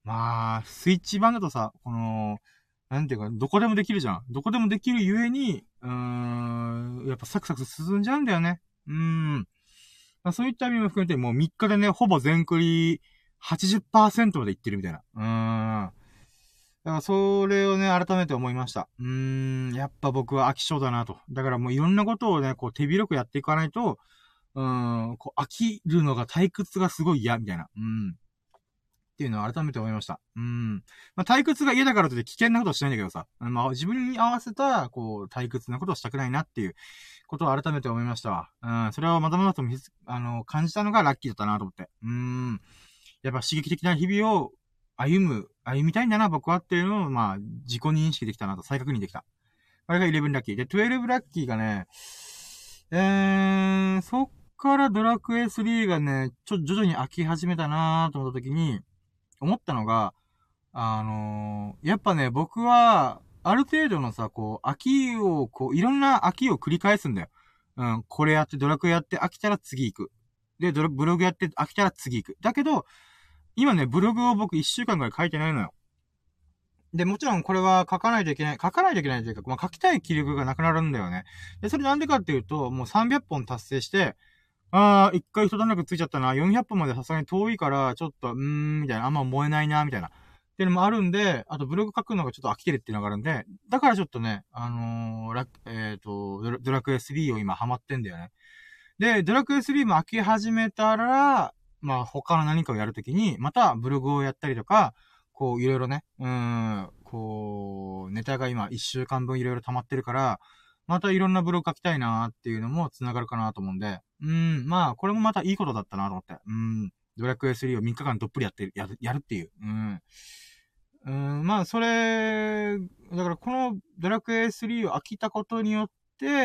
まあ、スイッチ版だとさ、この、なんていうか、どこでもできるじゃん。どこでもできるゆえに、うーん、やっぱサクサク進んじゃうんだよね。うーん。まあ、そういった意味も含めて、もうみっかでね、ほぼ全クリはちじゅっパーセントまでいってるみたいな。うーん。だからそれをね、改めて思いました。うーん、やっぱ僕は飽き性だなと。だからもういろんなことをね、こう手広くやっていかないと、うーん、こう飽きるのが退屈がすごい嫌、みたいな。うん。っていうのを改めて思いました。うん。まあ、退屈が嫌だからといって危険なことをしないんだけどさ。まあ、自分に合わせた、こう、退屈なことをしたくないなっていうことを改めて思いましたわ。うん。それをまだまだと見つ、あの、感じたのがラッキーだったなと思って。うん。やっぱ刺激的な日々を歩む、歩みたいんだな、僕はっていうのを、まあ、自己認識できたなと、再確認できた。これがじゅういちラッキー。で、じゅうにラッキーがね、えー、そっからドラクエスリーがね、ちょっと徐々に飽き始めたなと思った時に、思ったのが、あのー、やっぱね、僕は、ある程度のさ、こう、飽きを、こう、いろんな飽きを繰り返すんだよ。うん、これやって、ドラクエやって飽きたら次行く。で、ドラ、ブログやって飽きたら次行く。だけど、今ね、ブログを僕いっしゅうかんぐらい書いてないのよ。で、もちろんこれは書かないといけない、書かないといけないというか、まあ、書きたい気力がなくなるんだよね。で、それなんでかっていうと、もうさんびゃっぽん達成して、あー、一回一段落ついちゃったな、よんひゃっぽんまでさすがに遠いから、ちょっと、うーん、みたいな、あんま燃えないな、みたいな。っていうのもあるんで、あとブログ書くのがちょっと飽きてるっていうのがあるんで、だからちょっとね、あのー、ラえっ、ー、とドラ、ドラクエスリーを今ハマってんだよね。で、ドラクエスリーも飽き始めたら、まあ他の何かをやるときに、またブログをやったりとか、こういろいろね、うーん、こう、ネタが今いっしゅうかんぶんいろいろ溜まってるから、またいろんなブログ書きたいなーっていうのも繋がるかなと思うんで、うーん、まあこれもまたいいことだったなと思って、うーん、ドラクエスリーをみっかかんどっぷりやってる、やる、やるっていう、うん。うーん、まあそれ、だからこのドラクエスリーを飽きたことによって、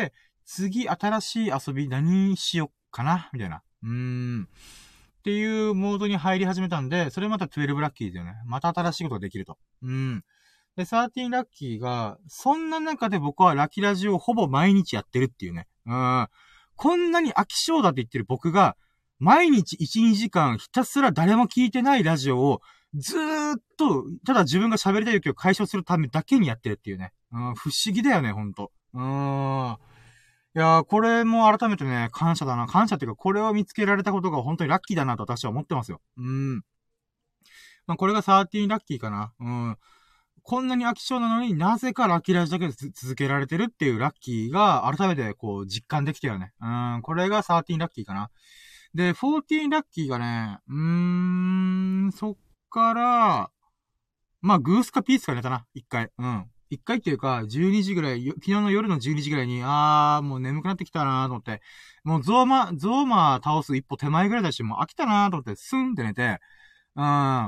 次新しい遊び何しよっかなみたいな。うーん。っていうモードに入り始めたんで、それまたじゅうにラッキーだよね。また新しいことができると。うん。で、じゅうさんラッキーが、そんな中で僕はラキラジをほぼ毎日やってるっていうね。うん。こんなに飽き性だって言ってる僕が、毎日いち、にじかんひたすら誰も聞いてないラジオを、ずーっと、ただ自分が喋りたい欲を解消するためだけにやってるっていうね。うん、不思議だよね、ほんと。うーん。いやー、これも改めてね、感謝だな。感謝っていうか、これを見つけられたことが本当にラッキーだなと私は思ってますよ。うん。まあ、これがじゅうさんラッキーかな。うん。こんなに飽き性なのになぜかラッキーラジだけで続けられてるっていうラッキーが改めてこう実感できたよね。うん。これがじゅうさんラッキーかな。で、じゅうよんラッキーがね、うーん、そっから、まあ、グースかピースか寝たな。一回。うん。一回っていうか、じゅうにじぐらい、昨日の夜のじゅうにじぐらいに、あー、もう眠くなってきたなーと思って、もうゾーマ、ゾーマ倒す一歩手前ぐらいだし、もう飽きたなーと思って、スンって寝て、うん。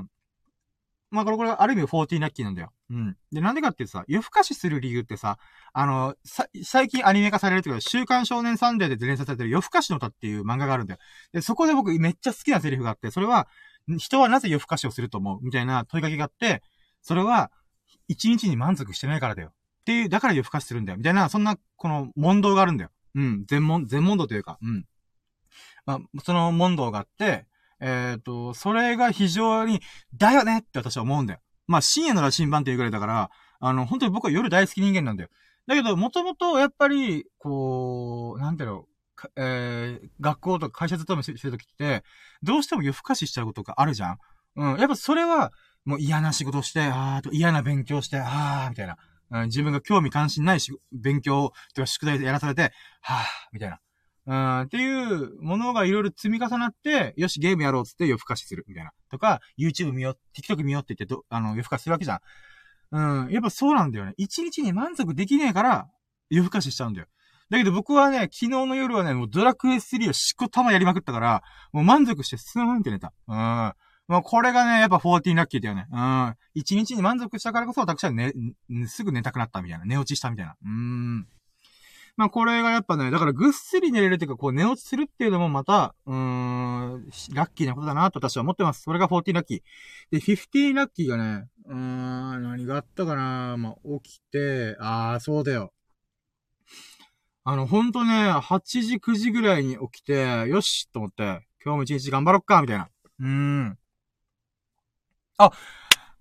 まあ、これ、これ、ある意味じゅうよんラッキーなんだよ。うん。で、なんでかっていうとさ、夜更かしする理由ってさ、あの、さ、最近アニメ化されるっていうか、週刊少年サンデーで連載されてる夜更かしの歌っていう漫画があるんだよ。で、そこで僕めっちゃ好きなセリフがあって、それは、人はなぜ夜更かしをすると思うみたいな問いかけがあって、それは、一日に満足してないからだよ。っていう、だから夜更かしするんだよ。みたいな、そんな、この問答があるんだよ。うん。全問、全問答というか、うん。まあ、その問答があって、えっと、それが非常に、だよねって私は思うんだよ。まあ、深夜の羅針盤っていうぐらいだから、あの、本当に僕は夜大好き人間なんだよ。だけど、もともと、やっぱり、こう、なんだろう、えー、学校とか会社勤めしてるときって、どうしても夜更かししちゃうことがあるじゃん。うん。やっぱそれは、もう嫌な仕事して、あーと嫌な勉強して、あーみたいな。うん、自分が興味関心ないし勉強とか宿題でやらされて、はーみたいな。うん、っていうものがいろいろ積み重なって、よし、ゲームやろうっつって夜更かしする、みたいな。とか、YouTube 見よう、TikTok 見ようって言ってど、あの、夜更かしするわけじゃん。うん、やっぱそうなんだよね。一日に満足できねえから、夜更かししちゃうんだよ。だけど僕はね、昨日の夜はね、もうドラクエスリーをしこたまやりまくったから、もう満足してスーンって寝た。うん。もうこれがね、やっぱじゅうよんラッキーだよね。うん。一日に満足したからこそ私はね、すぐ寝たくなったみたいな。寝落ちしたみたいな。うーん。まあこれがやっぱね、だからぐっすり寝れるっていうか、こう寝落ちするっていうのもまた、うーん、ラッキーなことだなと私は思ってます。それがじゅうよんラッキー。で、じゅうごラッキーがね、うーん、何があったかな。まあ起きて、あー、そうだよ。あの、ほんとね、はちじ、くじぐらいに起きて、よしと思って、今日も一日頑張ろっか、みたいな。うーん。あ、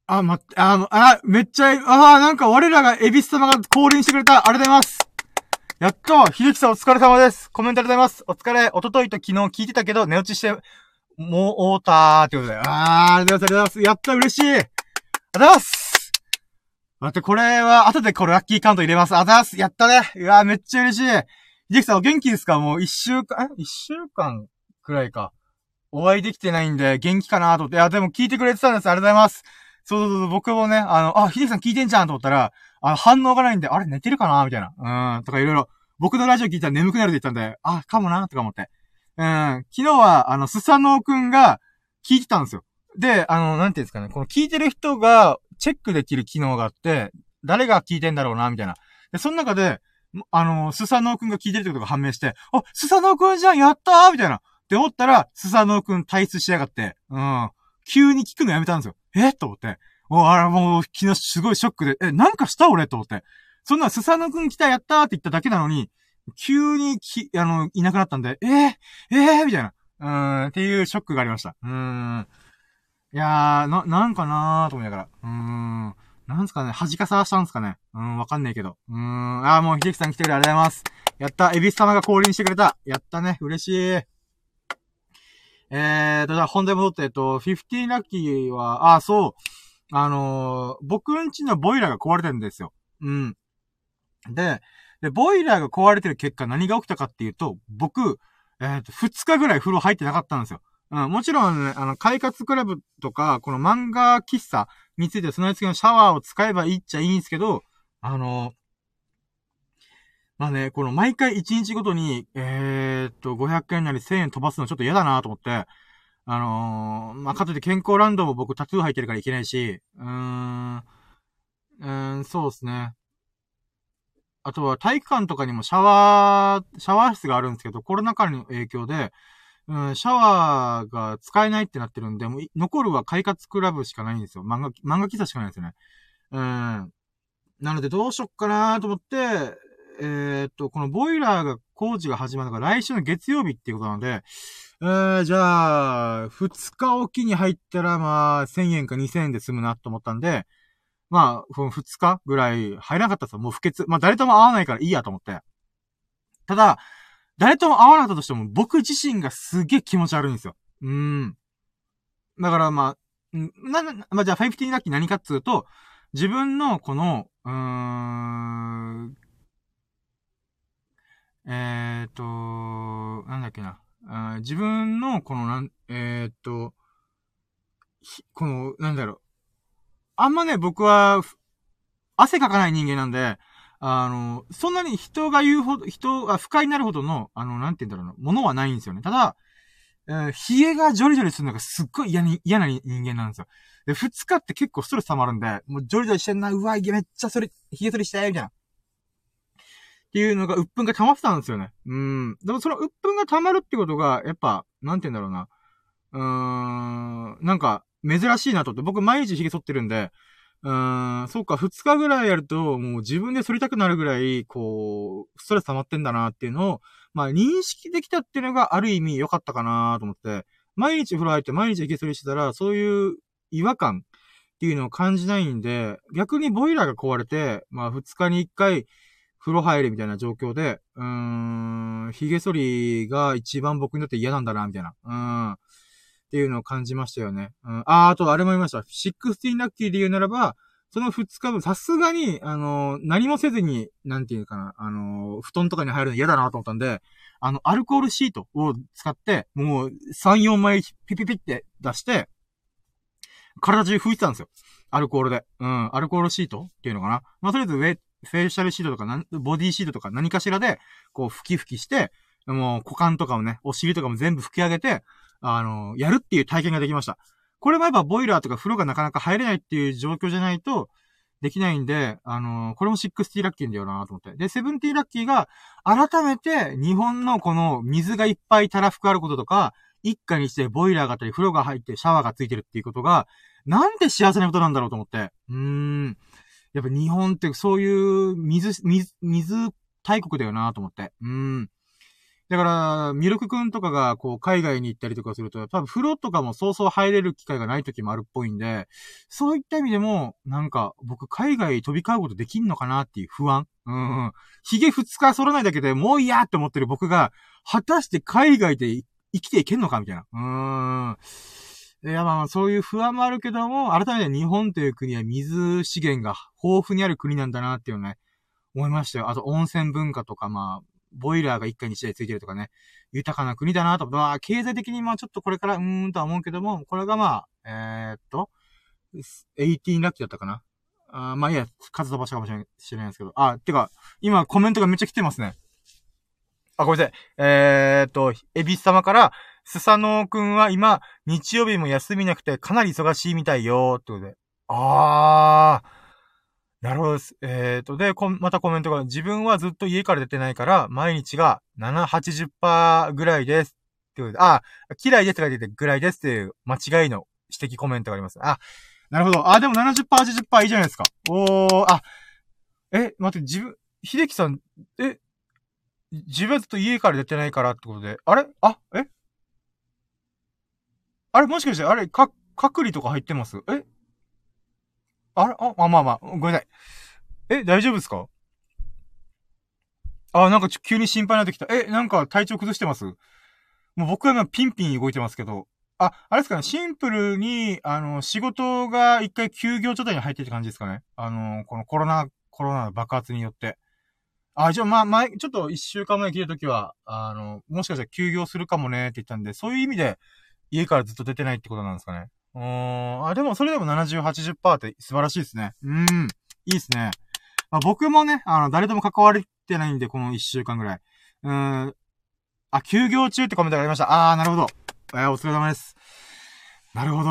あ、ま、あ、あ、めっちゃ、あ、なんか我らがエビス様が降臨してくれた。ありがとうございます。やっと、秀樹さんお疲れ様です。コメントありがとうございます。お疲れ。おとといと昨日聞いてたけど、寝落ちして、もう、おーたーってことで。あー、ありがとうございます。やった、嬉しい。ありがとうございます。待って、これは、後でこれラッキーカウント入れます。ありがとうございます。やったね。うわー、めっちゃ嬉しい。秀樹さんお元気ですか？もう一週間、え一週間くらいか。お会いできてないんで、元気かなと思って。いや、でも聞いてくれてたんです。ありがとうございます。そうそうそう、僕もね、あの、あ、秀樹さん聞いてんじゃんと思ったら、あの、反応がないんで、あれ寝てるかなみたいな。うん、とかいろいろ。僕のラジオ聞いたら眠くなるって言ったんで、あ、かもなとか思って。うん、昨日は、あの、スサノオくんが聞いてたんですよ。で、あの、なんていうんですかね、この聞いてる人がチェックできる機能があって、誰が聞いてんだろうな、みたいな。で、その中で、あの、スサノオくんが聞いてるってことが判明して、あ、スサノオくんじゃん、やったーみたいな。って思ったら、スサノオくん退出しやがって、うん。急に聞くのやめたんですよ。えと思って。もう、あら、もう、昨日すごいショックで、え、なんかした俺と思って。そんな、スサノオくん来た、やったーって言っただけなのに、急にき、あの、いなくなったんで、えー、えー、みたいな。うーん、っていうショックがありました。うーん。いやー、な、なんかなーと思いながら。うーん。なんすかね、恥かさしたんすかね。うーん、わかんないけど。うーん、あーもう、秀樹さん来てくれありがとうございます。やった、エビス様が降臨してくれた。やったね、嬉しい。えーと、じゃあ本題戻って、えっと、フィフティーラッキーは、あ、そう、あのー、僕んちのボイラーが壊れてるんですよ。うん。で、で、ボイラーが壊れてる結果何が起きたかっていうと、僕、えっと、ふつかぐらい風呂入ってなかったんですよ。うん、もちろんね、あの、快活クラブとか、この漫画喫茶について備え付けのシャワーを使えばいいっちゃいいんですけど、あのー、まあね、この毎回いちにちごとに、えーっと、ごひゃくえんなりせんえん飛ばすのちょっと嫌だなと思って、あのー、まあ、かといって健康ランドも僕タトゥー入ってるからいけないし、うーん、うーん、そうですね。あとは体育館とかにもシャワー、シャワー室があるんですけど、コロナ禍の影響で、うん、シャワーが使えないってなってるんで、もう残るは快活クラブしかないんですよ。漫画、漫画喫茶しかないんですよね。うん。なのでどうしよっかなと思って、えー、っと、このボイラーが工事が始まるのが来週の月曜日っていうことなので、えー、じゃあ、ふつかおきに入ったら、まあ、せんえんかにせんえんで済むなと思ったんで、まあ、ふつかぐらい入らなかったんですよ。もう不潔。まあ、誰とも会わないからいいやと思って。ただ、誰とも会わなかったとしても、僕自身がすげえ気持ち悪いんですよ。うーん。だからまあ、んな、な、まあ、じゃあ、ファイブティーラッキー何かっつうと、自分のこの、うーん、えーと、なんだっけな。あ自分のこのなん、えーと、この、なんだろう。あんまね、僕は、汗かかない人間なんで、あの、そんなに人が言うほど、人が不快になるほどの、あの、なんて言うんだろうな、ものはないんですよね。ただ、えー、冷えがジョリジョリするのがすっごい嫌に、嫌な人間なんですよ。で、二日って結構ストレス溜まるんで、もうジョリジョリしてんな、うわ、めっちゃそれ、冷え取りして、みたいな。っていうのが、鬱憤が溜まってたんですよね。うん。でもその鬱憤が溜まるってことが、やっぱ、なんて言うんだろうな。うーん、なんか、珍しいなと思って、僕毎日髭剃ってるんで、うーん、そうか、二日ぐらいやると、もう自分で剃りたくなるぐらい、こう、ストレス溜まってんだなっていうのを、まあ、認識できたっていうのがある意味良かったかなと思って、毎日風呂入って毎日髭剃りしてたら、そういう違和感っていうのを感じないんで、逆にボイラーが壊れて、まあ、二日に一回、風呂入るみたいな状況で、うーん、髭剃りが一番僕にとって嫌なんだな、みたいな。うん。っていうのを感じましたよね。うん、あ、あとあれも言いました。シックスティーンラッキーで言うならば、その二日分、さすがに、あのー、何もせずに、なんていうかな、あのー、布団とかに入るの嫌だなと思ったんで、あの、アルコールシートを使って、もう、さん、よんまいピピピって出して、体中拭いてたんですよ。アルコールで。うん、アルコールシートっていうのかな。まあ、とりあえずウェ、フェイシャルシートとかなん、ボディシートとか何かしらで、こう、拭き拭きして、もう、股間とかもね、お尻とかも全部拭き上げて、あの、やるっていう体験ができました。これもやっぱボイラーとか風呂がなかなか入れないっていう状況じゃないと、できないんで、あのー、これもシックスティーラッキーだよなと思って。で、セブンティーラッキーが、改めて日本のこの水がいっぱいたらふくあることとか、一家にしてボイラーがあったり、風呂が入ってシャワーがついてるっていうことが、なんて幸せなことなんだろうと思って。うーん。やっぱ日本ってそういう水、水、水大国だよなと思って。うーん。 だから、ミルクくんとかが、こう、海外に行ったりとかすると、多分風呂とかもそうそう入れる機会がない時もあるっぽいんで、そういった意味でも、なんか、僕、海外飛び交うことできんのかなっていう不安。うん、うん。髭二日剃らないだけでもう嫌って思ってる僕が、果たして海外で生きていけんのかみたいな。うーん。いや、まあ、そういう不安もあるけども、改めて日本という国は水資源が豊富にある国なんだなっていうのね、思いましたよ。あと、温泉文化とか、まあ、ボイラーが一回に試合ついてるとかね、豊かな国だなと。まあ、経済的にまあ、ちょっとこれから、うーんとは思うけども、これがまあ、えー、っと、じゅうはちラッキーだったかな。あまあ、いや、数飛ばしたかもしれない、知れないですけど。あ、てか、今コメントがめっちゃ来てますね。あ、ごめんなさい。えー、っと、エビス様から、スサノーくんは今、日曜日も休みなくてかなり忙しいみたいよってことで。あー。なるほどです。えーと、で、こまたコメントが、自分はずっと家から出てないから、毎日がなな、はちじゅっパーセントぐらいです。ってことで、あ、嫌いですって書いてて、ぐらいですっていう間違いの指摘コメントがあります。あ、なるほど。あ、でもななじゅっパーセント、はちじゅっパーセントいいじゃないですか。おー、あ、え、待って、自分、秀樹さん、え、自分はずっと家から出てないからってことで、あれあ、えあれもしかして、あれ、か、隔離とか入ってますえあれあ、まあまあまあ、ごめんなさい。え、大丈夫ですかあ、なんかちょ急に心配になってきた。え、なんか体調崩してますもう僕は今ピンピン動いてますけど。あ、あれですかね、シンプルに、あの、仕事が一回休業状態に入ってるって感じですかね。あの、このコロナ、コロナの爆発によって。あ、じゃあまあ、前、ちょっと一週間前来た時は、あの、もしかしたら休業するかもねって言ったんで、そういう意味で、家からずっと出てないってことなんですかね。うーん。あ、でもそれでもななじゅう、はちじゅっパーセントって素晴らしいですね。うーん。いいですね。まあ、僕もね、あの、誰とも関われてないんで、この一週間ぐらい。うーん。あ、休業中ってコメントがありました。あー、なるほど。えー、お疲れ様です。なるほど。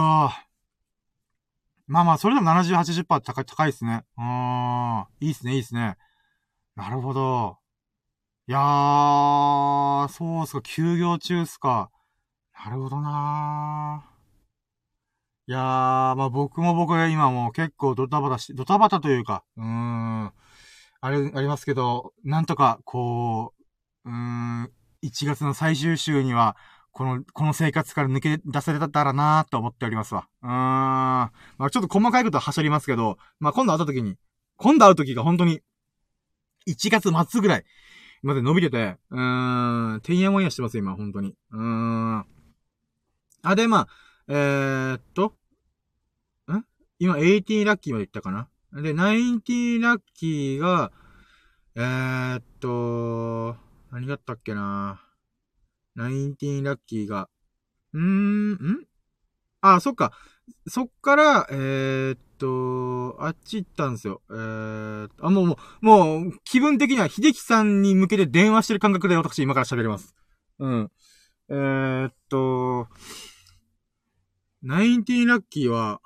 まあまあ、それでもななじゅう、はちじゅっパーセント高い、高いですね。うーん。いいっすね、いいっすね。なるほど。いやー、そうっすか、休業中っすか。なるほどなー。いやー、まあ僕も僕で今もう結構ドタバタし、ドタバタというか、うーん。あれ、ありますけど、なんとか、こう、うーん、いちがつの最終週には、この、この生活から抜け出せれたらなーと思っておりますわ。うーん。まあちょっと細かいことははしょりますけど、まあ今度会った時に、今度会う時が本当に、いちがつ末ぐらいまで伸びてて、うーん、てんやもんやしてます、今、本当に。うーん。あ、で、まあ、えー、っと、ん今、じゅうはちラッキーまで行ったかなで、じゅうきゅうラッキーが、えーっと、何があったっけなじゅうきゅうラッキーが、うーん、んあ、そっか。そっから、えーっと、あっち行ったんですよ。えーっと、あ、もう、もう、もう、気分的には秀樹さんに向けて電話してる感覚で私今から喋ります。うん。えーっと、じゅうきゅうラッキーは、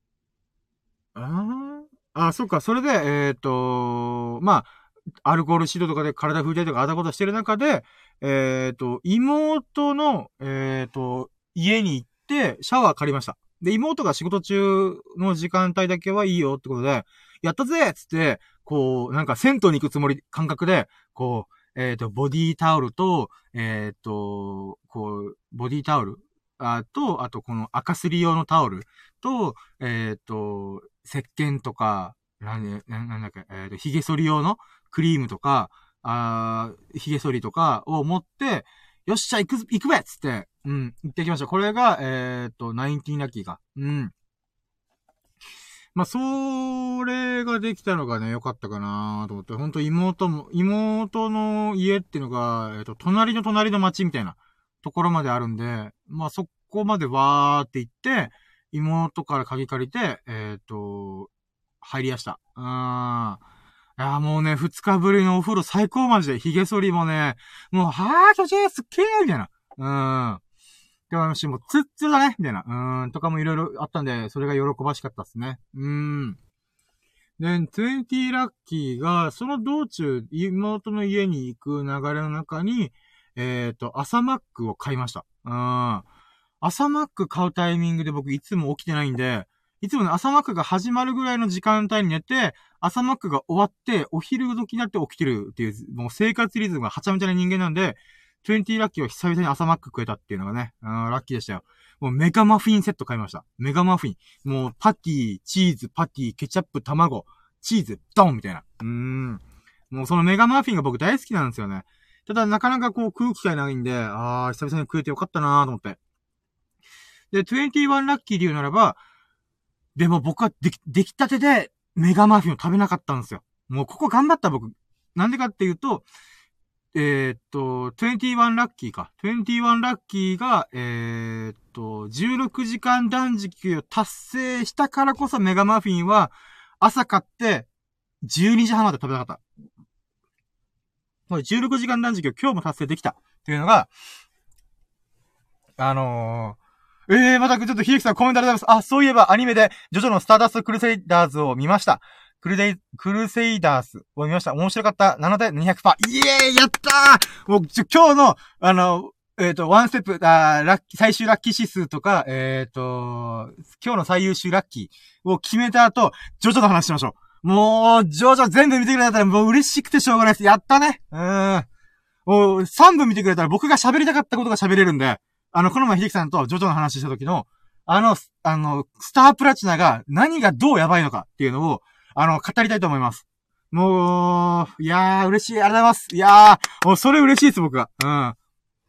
ああ、あ、そっか。それで、えーっと、まあ、アルコール指導とかで体拭いたりとかあだことしてる中で、えーっと、妹の、えーっと、家に行って、シャワー借りました。で、妹が仕事中の時間帯だけはいいよってことで、やったぜっつって、こう、なんか銭湯に行くつもり、感覚で、こう、えっと、ボディタオルと、えっと、こう、ボディタオル、あと、あと、この赤すり用のタオルと、えっと、石鹸とか、なんで、ななんだっけ、えっと、髭剃り用のクリームとか、あー、髭剃りとかを持って、よっしゃ、行く、行くべっつって、うん、行ってきました。これが、えーっと、じゅうきゅうラッキーが。うん。まあ、それができたのがね、良かったかなと思って、ほんと妹も、妹の家っていうのが、えーっと、隣の隣の町みたいなところまであるんで、まあ、そこまでわーって行って、妹から鍵借りて、えーっと、入りやした。うーん。いや、もうね、二日ぶりのお風呂最高マジで。髭剃りもね、もう、はぁ、気持ちいいすっげーみたいな。うーん。って思いまし、もう、ツッツだねみたいな。うーん。とかもいろいろあったんで、それが喜ばしかったですね。うーん。で、にじゅうラッキーが、その道中、妹の家に行く流れの中に、えっと、朝マックを買いました。うーん。朝マック買うタイミングで僕いつも起きてないんで、いつもね、朝マックが始まるぐらいの時間帯に寝て、朝マックが終わって、お昼時になって起きてるっていう、もう生活リズムがはちゃめちゃな人間なんで、 にじゅうラッキーは久々に朝マック食えたっていうのがね、うん、ラッキーでしたよ。もうメガマフィンセット買いました。メガマフィン。もうパティ、チーズ、パティ、ケチャップ、卵、チーズ、ドンみたいな。うーん。もうそのメガマフィンが僕大好きなんですよね。ただなかなかこう食う機会ないんで、あー、久々に食えてよかったなーと思って。で、にじゅういちラッキーで言うならば、でも僕はでき、出来たてでメガマフィンを食べなかったんですよ。もうここ頑張った僕。なんでかっていうと、えー、っと、にじゅういちラッキーか。にじゅういちラッキーが、えー、っと、じゅうろくじかん断食を達成したからこそメガマフィンは朝買ってじゅうにじはんまで食べなかった。これじゅうろくじかん断食を今日も達成できたっていうのが、あのー、えー、またちょっとひできさんコメントありがとうございます。あ、そういえばアニメでジョジョのスターダストクルセイダーズを見ました。クルデイ、クルセイダースを見ました。面白かった。なので にひゃくパーセント。イエーイやったーもう、ちょ、今日の、あの、えっ、ー、と、ワンステップ、あラッキー、最終ラッキー指数とか、えっ、ー、と、今日の最優秀ラッキーを決めた後、ジョジョの話しましょう。もう、ジョジョ全部見てくれたらもう嬉しくてしょうがないです。やったね。うーん。もう、さんぶん見てくれたら僕が喋りたかったことが喋れるんで、あの、この前秀樹さんとジョジョの話した時の、あの、あの、スタープラチナが何がどうやばいのかっていうのを、あの、語りたいと思います。もう、いやー、嬉しい。ありがとうございます。いやー、もうそれ嬉しいです、僕は。うん。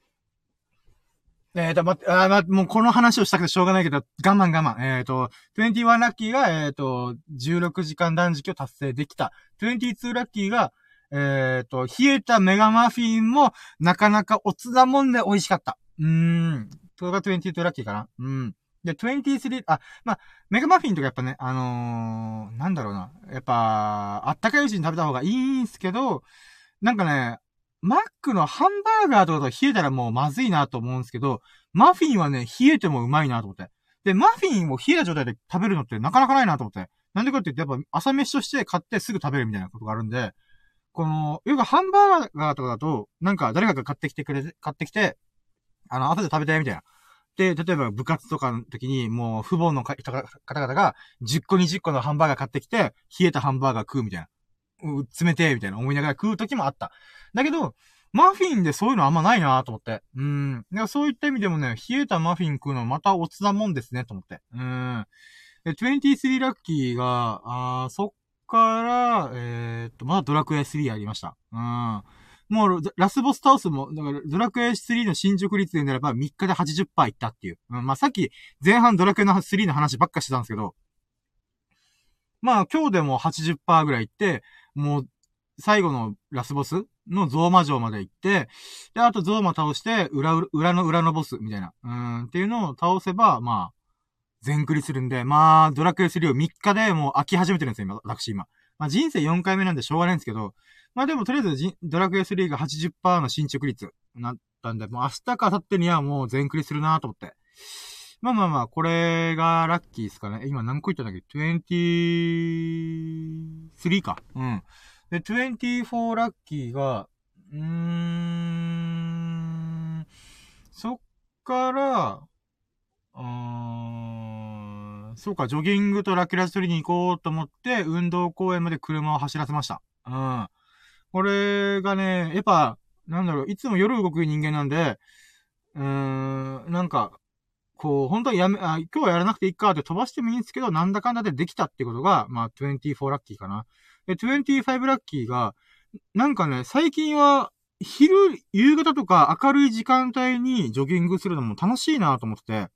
えーと、ま、あま、もうこの話をしたくてしょうがないけど、我慢我慢。えーと、にじゅういちラッキーが、えーと、じゅうろくじかん断食を達成できた。にじゅうにラッキーが、えーと、冷えたメガマフィンも、なかなかおつだもんで美味しかった。うーん。それがにじゅうにラッキーかな。うん。で、にじゅうさん、あ、まあ、メガマフィンとかやっぱね、あのー、なんだろうな。やっぱ、あったかいうちに食べた方がいいんすけど、なんかね、マックのハンバーガーとかと冷えたらもうまずいなと思うんですけど、マフィンはね、冷えてもうまいなと思って。で、マフィンを冷えた状態で食べるのってなかなかないなと思って。なんでかって言って、やっぱ朝飯として買ってすぐ食べるみたいなことがあるんで、この、よくハンバーガーとかだと、なんか誰かが買ってきてくれ、買ってきて、あの、後で食べて、みたいな。で、例えば部活とかの時に、もう、父母の方々が、じゅっこにじゅっこのハンバーガー買ってきて、冷えたハンバーガー食うみたいな。う、冷てえ、みたいな思いながら食う時もあった。だけど、マフィンでそういうのあんまないなと思って。うん。だからそういった意味でもね、冷えたマフィン食うのまたおつだもんですね、と思って。うん。で、にじゅうさんラッキーが、あー、そっから、えーっと、まだドラクエスリーありました。うん。もう、ラスボス倒すも、だから、ドラクエスリーの進捗率でならばみっかで はちじゅっパーセント いったっていう。うん、まあ、さっき、前半ドラクエのスリーの話ばっかしてたんですけど、まあ、今日でも はちじゅっパーセント ぐらい行って、もう、最後のラスボスのゾーマ城まで行って、で、あとゾーマ倒して、裏、裏の裏のボスみたいな、うーん、っていうのを倒せば、まあ、全クリするんで、まあ、ドラクエスリーをみっかでもう飽き始めてるんですよ、今、私今。まあ、人生よんかいめなんでしょうがないんですけど、まあでもとりあえずドラクエスリーが はちじゅっパーセント の進捗率になったんで、もう明日か明後日にはもう全クリするなと思って。まあまあまあ、これがラッキーですかね。今何個言ったんだっけ ?にじゅうさん か。うん。で、にじゅうよんラッキーが、うーん、そっから、うーん、そうか、ジョギングとラキュラストリーに行こうと思って、運動公園まで車を走らせました。うん。これがね、やっぱ、なんだろう、いつも夜動く人間なんで、うーん、なんか、こう、本当はやめ、あ、今日はやらなくていいかって飛ばしてもいいんですけど、なんだかんだでできたってことが、まあ、にじゅうよんラッキーかな。で、にじゅうごラッキーが、なんかね、最近は、昼、夕方とか明るい時間帯にジョギングするのも楽しいなと思ってて。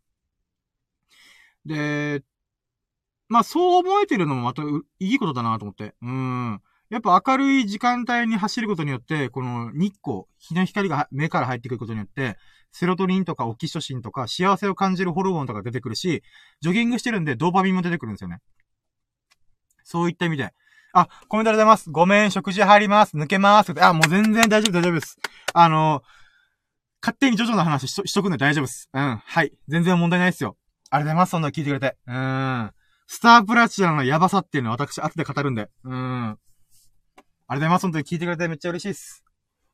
で、まあ、そう思えてるのもまたいいことだなと思って。うん。やっぱ明るい時間帯に走ることによって、この日光、日の光が目から入ってくることによって、セロトニンとかオキシトシンとか幸せを感じるホルモンとか出てくるし、ジョギングしてるんでドーパミンも出てくるんですよね。そういった意味で。あ、コメントありがとうございます。ごめん、食事入ります。抜けます。あ、もう全然大丈夫、大丈夫です。あの、勝手にジョジョの話しと、しとくんで大丈夫です。うん。はい。全然問題ないですよ。ありがとうございます。そんな聞いてくれて。うーん。スタープラチナのヤバさっていうのは私、後で語るんで。うーん。ありがとうございます。本当に聞いてくれてめっちゃ嬉しいです。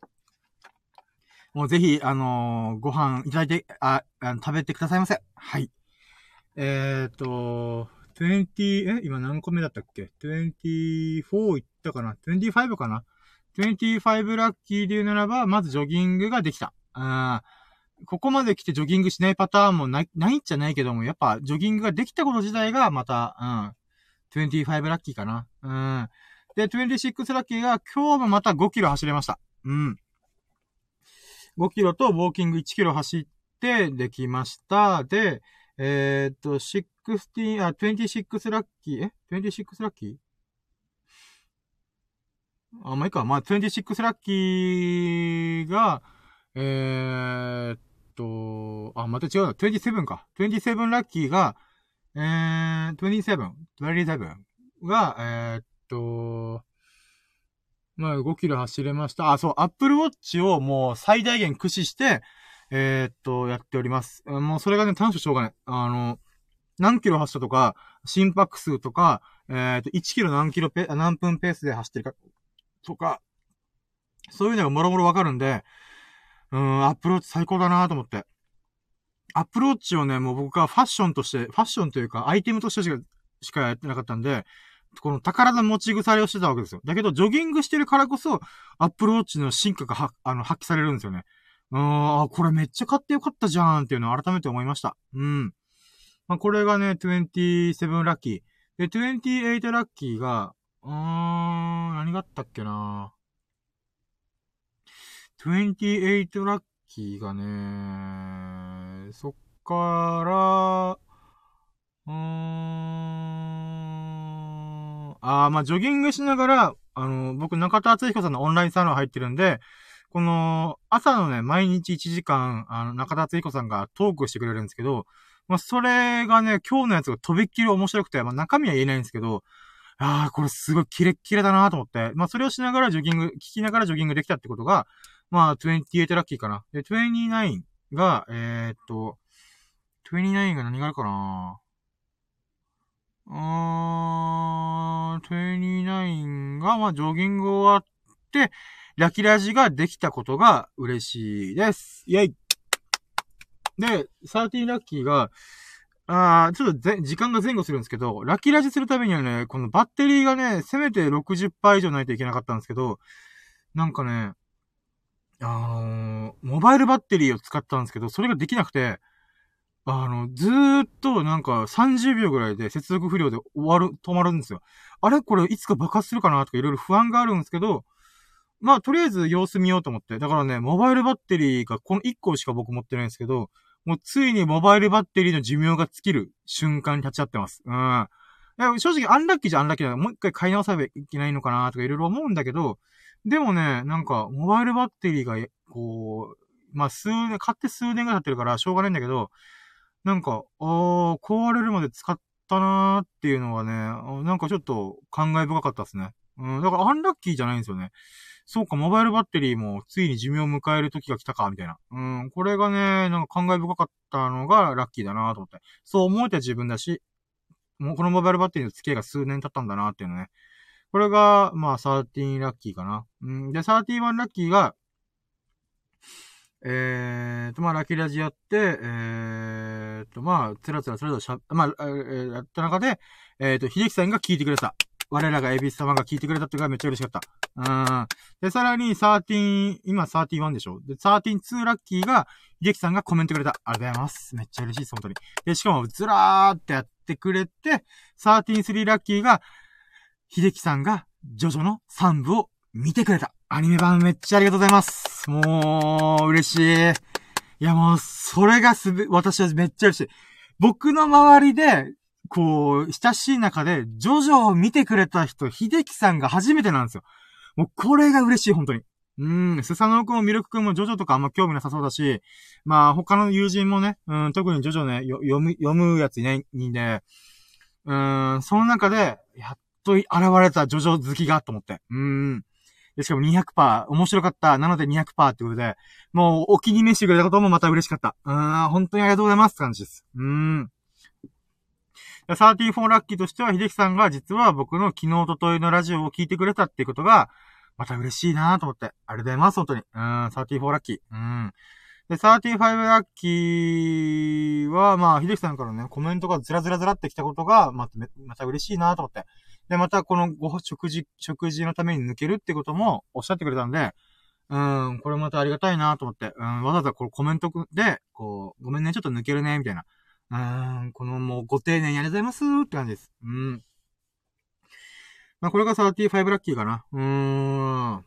もうぜひ、あのー、ご飯いただいて、あ、あの食べてくださいませ。はい。えーと、にじゅう、え今何個目だったっけ ?にじゅうよん いったかな ?にじゅうご かな ?にじゅうご ラッキーで言うならば、まずジョギングができた。 うん。ここまで来てジョギングしないパターンもない、ないっちゃないけども、やっぱジョギングができたこと自体がまた、うん。にじゅうごラッキーかな。うん。で、にじゅうろくラッキーが今日もまたごキロ走れました。うん。ごキロとウォーキングいちキロ走ってできました。で、えー、っと、じゅうろく、あ、にじゅうろくラッキー、え ?にじゅうろくラッキーあ、まあ、いいか。まあ、にじゅうろくラッキーが、えー、っと、あ、また違うな。にじゅうななか。にじゅうななラッキーが、えー、にじゅうなな、にじゅうななが、えー、っと、まあ、ごキロ走れました。あ、そう、Apple Watch をもう最大限駆使して、えー、っと、やっております。もうそれがね、楽しくてしょうがない。あの、何キロ走ったとか、心拍数とか、えー、っと、いちキロ何キロペ、何分ペースで走ってるか、とか、そういうのがもろもろわかるんで、うーん、アップローチ最高だなと思って。アップローチをね、もう僕はファッションとして、ファッションというか、アイテムとしてしか、しかやってなかったんで、この宝の持ち腐れをしてたわけですよ。だけど、ジョギングしてるからこそ、アップローチの進化がは、あの、発揮されるんですよね。うーん、あ、これめっちゃ買ってよかったじゃんっていうのを改めて思いました。うん。まあ、これがね、にじゅうななラッキー。で、にじゅうはちラッキーが、うーん、何があったっけなにじゅうはちラッキーがね、そっから、うーん、あー、まあ、ジョギングしながら、あの、僕、中田敦彦さんのオンラインサロン入ってるんで、この、朝のね、毎日いちじかん、あの、中田敦彦さんがトークしてくれるんですけど、まあ、それがね、今日のやつがとびっきり面白くて、まあ、中身は言えないんですけど、ああ、これすごいキレッキレだなと思って、まあ、それをしながらジョギング、聞きながらジョギングできたってことが、まあ、にじゅうはちラッキーかな。で、にじゅうきゅうが、えー、っと、にじゅうきゅうが何があるかなあー、にじゅうきゅうが、まあ、ジョギング終わって、ラキラジができたことが嬉しいです。イェイ。で、じゅうさんラッキーが、あー、ちょっとぜ時間が前後するんですけど、ラッキーラジするためにはね、このバッテリーがね、せめてろくじゅっパーセント以上ないといけなかったんですけど、なんかね、あのー、モバイルバッテリーを使ったんですけど、それができなくて、あの、ずーっとなんかさんじゅうびょうぐらいで接続不良で終わる、止まるんですよ。あれこれいつか爆発するかなとかいろいろ不安があるんですけど、まあ、とりあえず様子見ようと思って。だからね、モバイルバッテリーがこのいっこしか僕持ってないんですけど、もうついにモバイルバッテリーの寿命が尽きる瞬間に立ち会ってます。うん。いや正直アンラッキーじゃアンラッキーだからもう一回買い直さなきゃいけないのかなとかいろいろ思うんだけど、でもね、なんか、モバイルバッテリーが、こう、まあ、数年、買って数年が経ってるからしょうがないんだけど、なんか、あー、壊れるまで使ったなーっていうのはね、なんかちょっと感慨深かったですね。うん、だからアンラッキーじゃないんですよね。そうか、モバイルバッテリーもついに寿命を迎える時が来たか、みたいな。うん、これがね、なんか感慨深かったのがラッキーだなと思って。そう思えた自分だし、もうこのモバイルバッテリーの付き合いが数年経ったんだなっていうのね。これが、まあ、じゅうさんラッキーかな。うん、で、じゅういちラッキーが、えーと、まあ、ラッキーラジやって、えーと、まあ、つらつらつらとしゃ、まあ、えー、やった中で、えーと、秀樹さんが聞いてくれた。我らがエビス様が聞いてくれたっていうのがめっちゃ嬉しかった。うん。で、さらに、じゅうさん、今じゅうさんじゅういちでしょで、じゅうさんにラッキーが、秀樹さんがコメントくれた。ありがとうございます。めっちゃ嬉しいです、本当に。で、しかも、ずらーってやってくれて、じゅうさんラッキーが、秀樹さんが、ジョジョのさんぶを見てくれた。アニメ版めっちゃありがとうございます。もう、嬉しい。いやもう、それがすべ、私はめっちゃ嬉しい。僕の周りで、こう、親しい中で、ジョジョを見てくれた人、秀樹さんが初めてなんですよ。もう、これが嬉しい、本当に。うーん、スサノオくんもミルクくんもジョジョとかあんま興味なさそうだし、まあ、他の友人もね、うん、特にジョジョね、よ読む、読むやついないんで、うーん、その中で、やっと現れたジョジョ好きが、と思って。うーん。で、しかもにひゃくパーセント、面白かった。なのでにひゃくパーセントってことで、もうお気に召してくれたこともまた嬉しかった。うーん、本当にありがとうございますって感じです。うーん。さんじゅうよんラッキーとしては、秀樹さんが実は僕の昨日おとといのラジオを聞いてくれたっていうことが、また嬉しいなと思って。ありがとうございます、本当に。うーん、さんじゅうよんラッキー。うーん。で、さんじゅうごラッキーは、まあ、秀樹さんからね、コメントがずらずらずらってきたことが、また、また嬉しいなと思って。で、またこのご食事、食事のために抜けるってこともおっしゃってくれたんで、 うん、これまたありがたいなと思って、うん、わざわざこれコメントで、こう、ごめんね、ちょっと抜けるね、みたいな。うん、このもうご丁寧にありがとうございますって感じです。うん。まあ、これがさんじゅうごラッキーかな。うーん。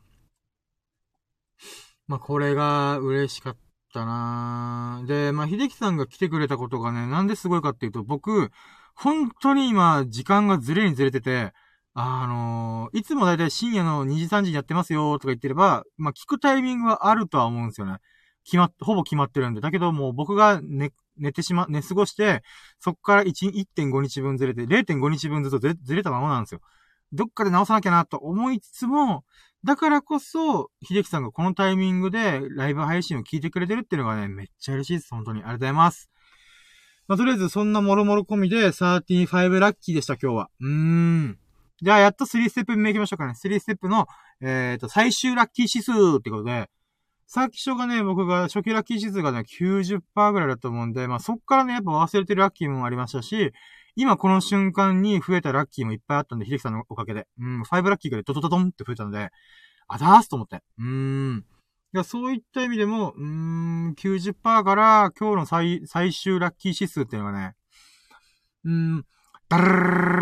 まあ、これが嬉しかったなで、まあ、秀樹さんが来てくれたことがね、なんですごいかっていうと、僕、本当に今、時間がずれにずれてて、あのー、いつもだいたい深夜のにじさんじにやってますよとか言ってれば、まあ、聞くタイミングはあるとは思うんですよね。決まっ、ほぼ決まってるんで。だけどもう僕が寝、寝てしま、寝過ごして、そっからいち、いってんごにちぶんずれて、れいてんごにちぶんずっとずれずれたままなんですよ。どっかで直さなきゃなと思いつつも、だからこそ、秀樹さんがこのタイミングでライブ配信を聞いてくれてるっていうのがね、めっちゃ嬉しいです。本当に。ありがとうございます。まあ、とりあえずそんなもろもろ込みでさんじゅうごラッキーでした、今日は。うーん。じゃあ、やっとさんステップ目行きましょうかね。さんステップの、えっと、最終ラッキー指数ってことで、さっき初がね、僕が初期ラッキー指数がね、きゅうじゅっパーセント ぐらいだと思うんで、まあ、そっからね、やっぱ忘れてるラッキーもありましたし、今この瞬間に増えたラッキーもいっぱいあったんで、秀樹さんのおかげで。うん、ごラッキーぐらいドドドドンって増えたので、あざーすと思って。うーん。いや、そういった意味でも、うーん、きゅうじゅっパーセント から今日の最、最終ラッキー指数っていうのがね、うーん、ダル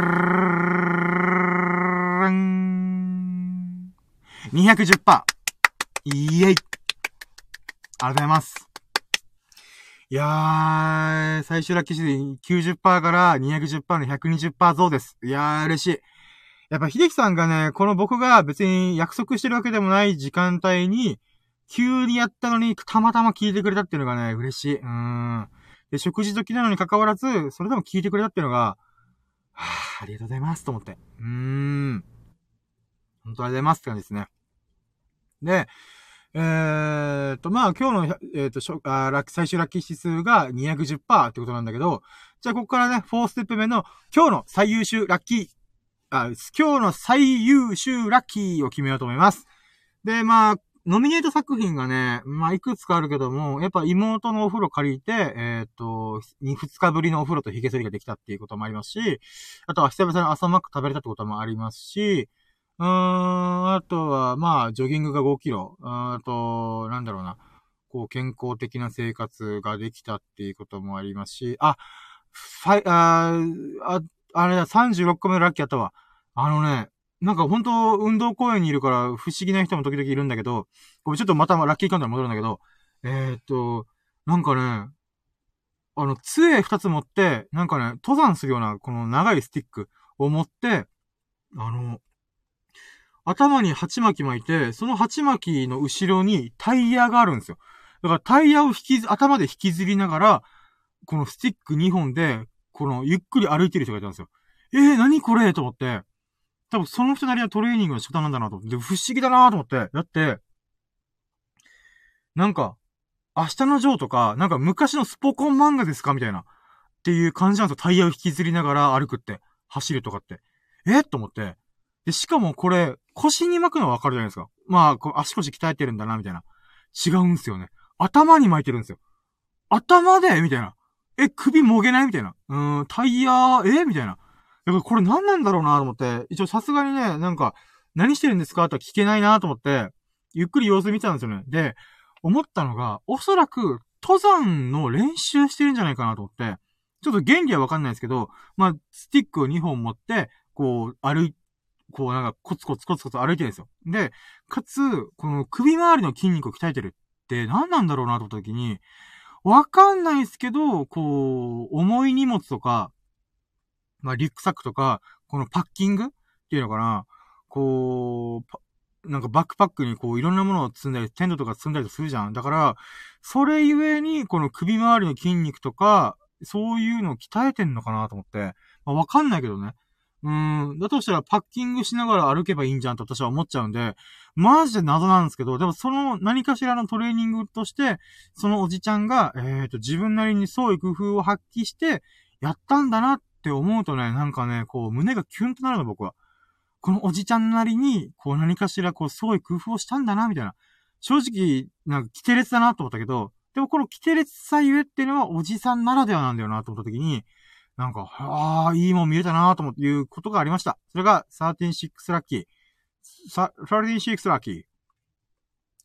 ルン にひゃくじゅっパーセント。イエイ。ありがとうございます。いやー、最終ラッキー指数 きゅうじゅっパーセント から にひゃくじゅっパーセント の ひゃくにじゅっパーセント 増です。いやー、嬉しい。やっぱ、秀樹さんがね、この僕が別に約束してるわけでもない時間帯に、急にやったのに、たまたま聞いてくれたっていうのがね、嬉しい。うーん。で、食事時なのに関わらず、それでも聞いてくれたっていうのが、はぁ、ありがとうございます、と思って。うーん。本当ありがとうございますって感じですね。で、えーと、まあ、今日の、えーと、しょあラッ最終ラッキー指数が にひゃくじゅっパーセント ってことなんだけど、じゃあ、ここからね、よんステップ目の、今日の最優秀ラッキー、あ、今日の最優秀ラッキーを決めようと思います。で、まあ、ノミネート作品がね、まあ、いくつかあるけども、やっぱ妹のお風呂借りて、えっと、二日ぶりのお風呂と髭剃りができたっていうこともありますし、あとは久々に朝マック食べれたってこともありますし、うーん、あとは、まあ、ジョギングがごキロ、あと、なんだろうな、こう、健康的な生活ができたっていうこともありますし、あ、ファイ、ああ、あれだ、さんじゅうろっこめのラッキーあったわ。あのね、なんか本当運動公園にいるから不思議な人も時々いるんだけど、ごめん、ちょっとまたラッキーカウンターに戻るんだけど、えー、っと、なんかね、あの、杖二つ持って、なんかね、登山するような、この長いスティックを持って、あの、頭に鉢巻き巻いて、その鉢巻きの後ろにタイヤがあるんですよ。だからタイヤを引きず、頭で引きずりながら、このスティックにほんで、このゆっくり歩いてる人がいたんですよ。えー、何これと思って、多分その人なりのトレーニングの仕方なんだなと思って、不思議だなと思って、だって、なんか、明日のジョーとか、なんか昔のスポコン漫画ですかみたいな。っていう感じなんですよ。タイヤを引きずりながら歩くって。走るとかって。えと思って。で、しかもこれ、腰に巻くのはわかるじゃないですか。まあ、こう足腰鍛えてるんだな、みたいな。違うんですよね。頭に巻いてるんですよ。頭でみたいな。え、首もげないみたいな。うーん、タイヤー、えみたいな。だからこれ何なんだろうなと思って、一応さすがにね、なんか、何してるんですかとは聞けないなと思って、ゆっくり様子見てたんですよね。で、思ったのが、おそらく、登山の練習してるんじゃないかなと思って、ちょっと原理はわかんないですけど、まあ、スティックをにほん持って、こう、歩い、こうなんかコツコツコツコツ歩いてるんですよ。で、かつ、この首周りの筋肉を鍛えてるって何なんだろうなと思った時に、わかんないですけど、こう、重い荷物とか、まあ、リュックサックとか、このパッキングっていうのかな、こう、なんかバックパックにこういろんなものを積んだり、テントとか積んだりするじゃん。だから、それゆえに、この首周りの筋肉とか、そういうのを鍛えてんのかなと思って。まあ、わかんないけどね。うーん。だとしたらパッキングしながら歩けばいいんじゃんと私は思っちゃうんで、マジで謎なんですけど、でもその何かしらのトレーニングとして、そのおじちゃんが、えっと、自分なりに創意工夫を発揮して、やったんだなって思うとね、なんかね、こう、胸がキュンとなるの、僕は。このおじちゃんなりに、こう何かしらこう、創意工夫をしたんだな、みたいな。正直、なんか、キテレツだなと思ったけど、でもこのキテレツさゆえっていうのはおじさんならではなんだよなと思った時に、なんか、ああ、いいもん見れたなと思っていうことがありました。それが、さんじゅうろくラッキー。さ、さんじゅうろくラッキー。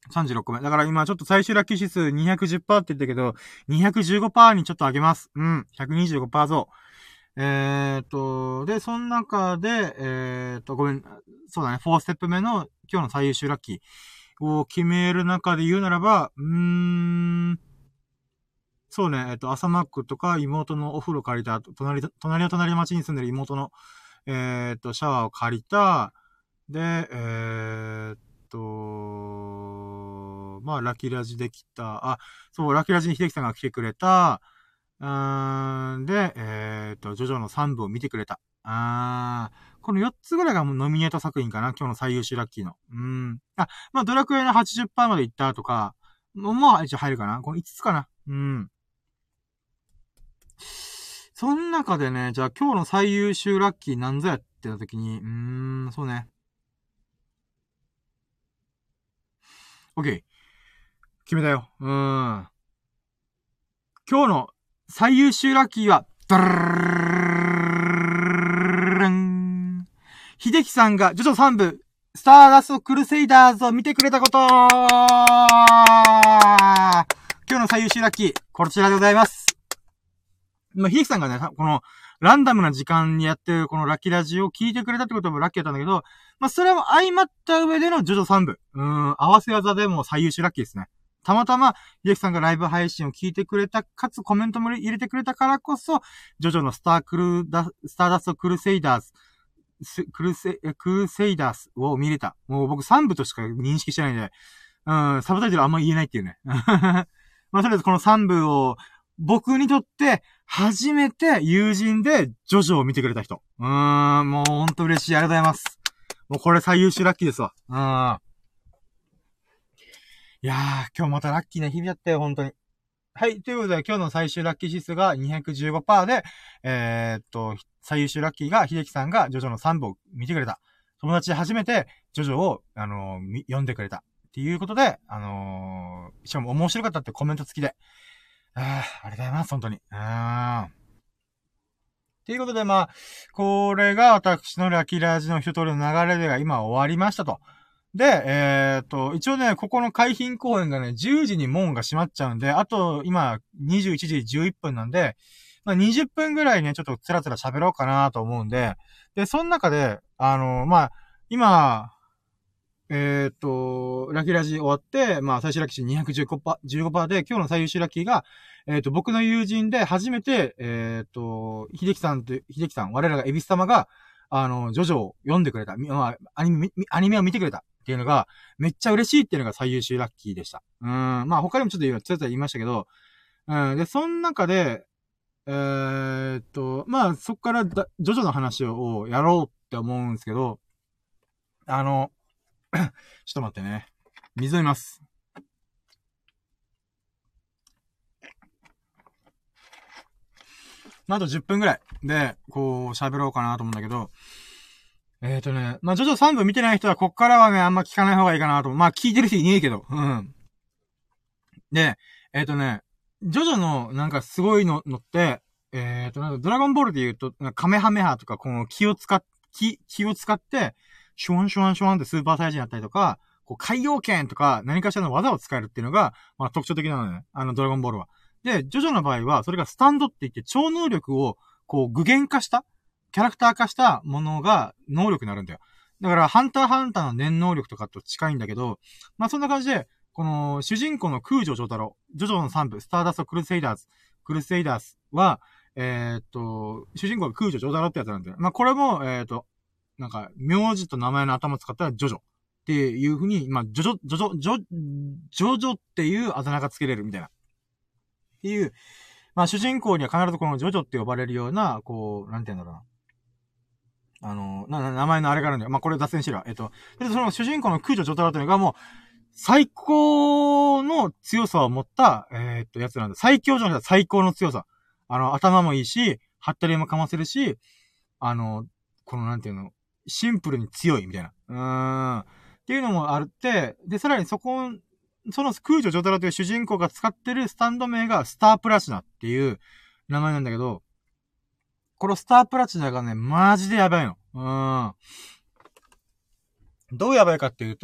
さんじゅうろっこめ。だから今ちょっと最終ラッキー指数 にひゃくじゅっパーセント って言ったけど、にひゃくじゅうごパーセント にちょっと上げます。うん。ひゃくにじゅうごパーセント 増。えーっと、で、その中で、えーっと、ごめん、そうだね、よんステップ目の今日の最優秀ラッキーを決める中で言うならば、うーん、そうね、えっと、朝マックとか妹のお風呂借りた、隣、隣の隣の町に住んでる妹の、えーっと、シャワーを借りた、で、えーっと、まあ、ラキラジできた、あ、そう、ラキラジに秀樹さんが来てくれた、うーん、で、えーっと、ジョジョのさんぶを見てくれた。あー、このよっつぐらいがもうノミネート作品かな、今日の最優秀ラッキーの。うーん。あ、まあ、ドラクエの はちじゅっパーセント まで行ったとか、もう、まあ、一応入るかな。このいつつかな。うん。その中でね、じゃあ今日の最優秀ラッキーなんぞやってた時に、うーん、そうね。OK。決めたよ。うーん。今日の最優秀ラッキーは、ドルルン。秀樹さんがジョジョさん部、スターダストクルセイダーズを見てくれたこと。今日の最優秀ラッキー、こちらでございます。まあ、秀樹さんがね、この、ランダムな時間にやってるこのラッキーラジオを聞いてくれたってこともラッキーだったんだけど、まあ、それも相まった上でのジョジョさん部。うーん、合わせ技でも最優秀ラッキーですね。たまたま、秀樹さんがライブ配信を聞いてくれた、かつコメントも入れてくれたからこそ、ジョジョのスタークルダ、スターダストクルセイダーズ、クルセ、クルセイダースを見れた。もう僕さん部としか認識してないんで、うん、サブタイトルあんま言えないっていうね。まあ、とりあえずこのさん部を、僕にとって、初めて友人でジョジョを見てくれた人。うーん、もうほんと嬉しい。ありがとうございます。もうこれ最優秀ラッキーですわ。うん。いやー、今日またラッキーな日々だったよ、ほんとに。はい。ということで、今日の最終ラッキー指数が にひゃくじゅうごパーセント で、えー、っと、最優秀ラッキーが、秀樹さんがジョジョのさん部を見てくれた。友達で初めて、ジョジョを、あのー、読んでくれた。っていうことで、あのー、しかも面白かったってコメント付きで。あー、ありがとうございます、本当に。あー。ということで、まあ、これが私のラッキーラジの一通りの流れでが今終わりましたと。で、えー、っと、一応ね、ここの海浜公園がね、じゅうじに門が閉まっちゃうんで、あと、今、にじゅういちじじゅういっぷんなんで、まあ、にじゅっぷんぐらいね、ちょっとつらつら喋ろうかなと思うんで、で、その中で、あの、まあ、今、えー、っと、ラッキーラジ終わって、まあ、最終ラッキーにひゃくじゅうごパーセント、じゅうごパーセントで、今日の最優秀ラッキーが、えー、っと、僕の友人で初めて、えー、っと、秀樹さんと、秀樹さん、我らがエビス様が、あの、ジョジョを読んでくれた。まあ、アニメ、アニメを見てくれたっていうのが、めっちゃ嬉しいっていうのが最優秀ラッキーでした。うん、まあ、他にもちょっと言う、つらつら言いましたけど、うん、で、その中で、えー、っと、まあ、そっからだ、ジョジョの話をやろうって思うんですけど、あの、ちょっと待ってね。水飲みます。まあ、あとじゅっぷんぐらいで、こう、喋ろうかなと思うんだけど、えーとね、まあ、ジョジョさん部見てない人は、こっからはね、あんま聞かない方がいいかなと思う。まあ、聞いてる人いねえけど。うん。で、えーとね、ジョジョの、なんかすごいの、のって、えーと、なんかドラゴンボールで言うと、カメハメハとか、この気を使っ、気、気を使って、シュワンシュワンシュワンってスーパーサイジになったりとか、こう、海洋剣とか、何かしらの技を使えるっていうのが、まあ、特徴的なのね。あの、ドラゴンボールは。で、ジョジョの場合は、それがスタンドって言って、超能力を、こう、具現化したキャラクター化したものが能力になるんだよ。だから、ハンターハンターの念能力とかと近いんだけど、まあそんな感じで、この、主人公の空城城太郎、ジョジョのさん部、スターダストクルセイダーズ、クルセイダーズは、えー、っと、主人公が空城城太郎ってやつなんだよ。まあこれも、えー、っと、なんか、名字と名前の頭を使ったらジョジョっていう風に、まあ、ジョジョ、ジョジョ、ジョ、ジョジョっていうあだ名がつけれるみたいな。っていう、まあ主人公には必ずこのジョジョって呼ばれるような、こう、なんて言うんだろうな。あの、な、な、名前のあれがあるんだよ。まあ、これ脱線してるわ。えっと、で、その主人公の空城城太郎というのがもう、最高の強さを持った、えー、っと、やつなんだ。最強じゃなくて最高の強さ。あの、頭もいいし、ハッタリもかませるし、あの、このなんていうの、シンプルに強いみたいな。うーん。っていうのもあるって、で、さらにそこ、その空城城太郎という主人公が使ってるスタンド名がスタープラチナっていう名前なんだけど、このスタープラチナがね、マジでやばいの。うん。どうやばいかっていうと、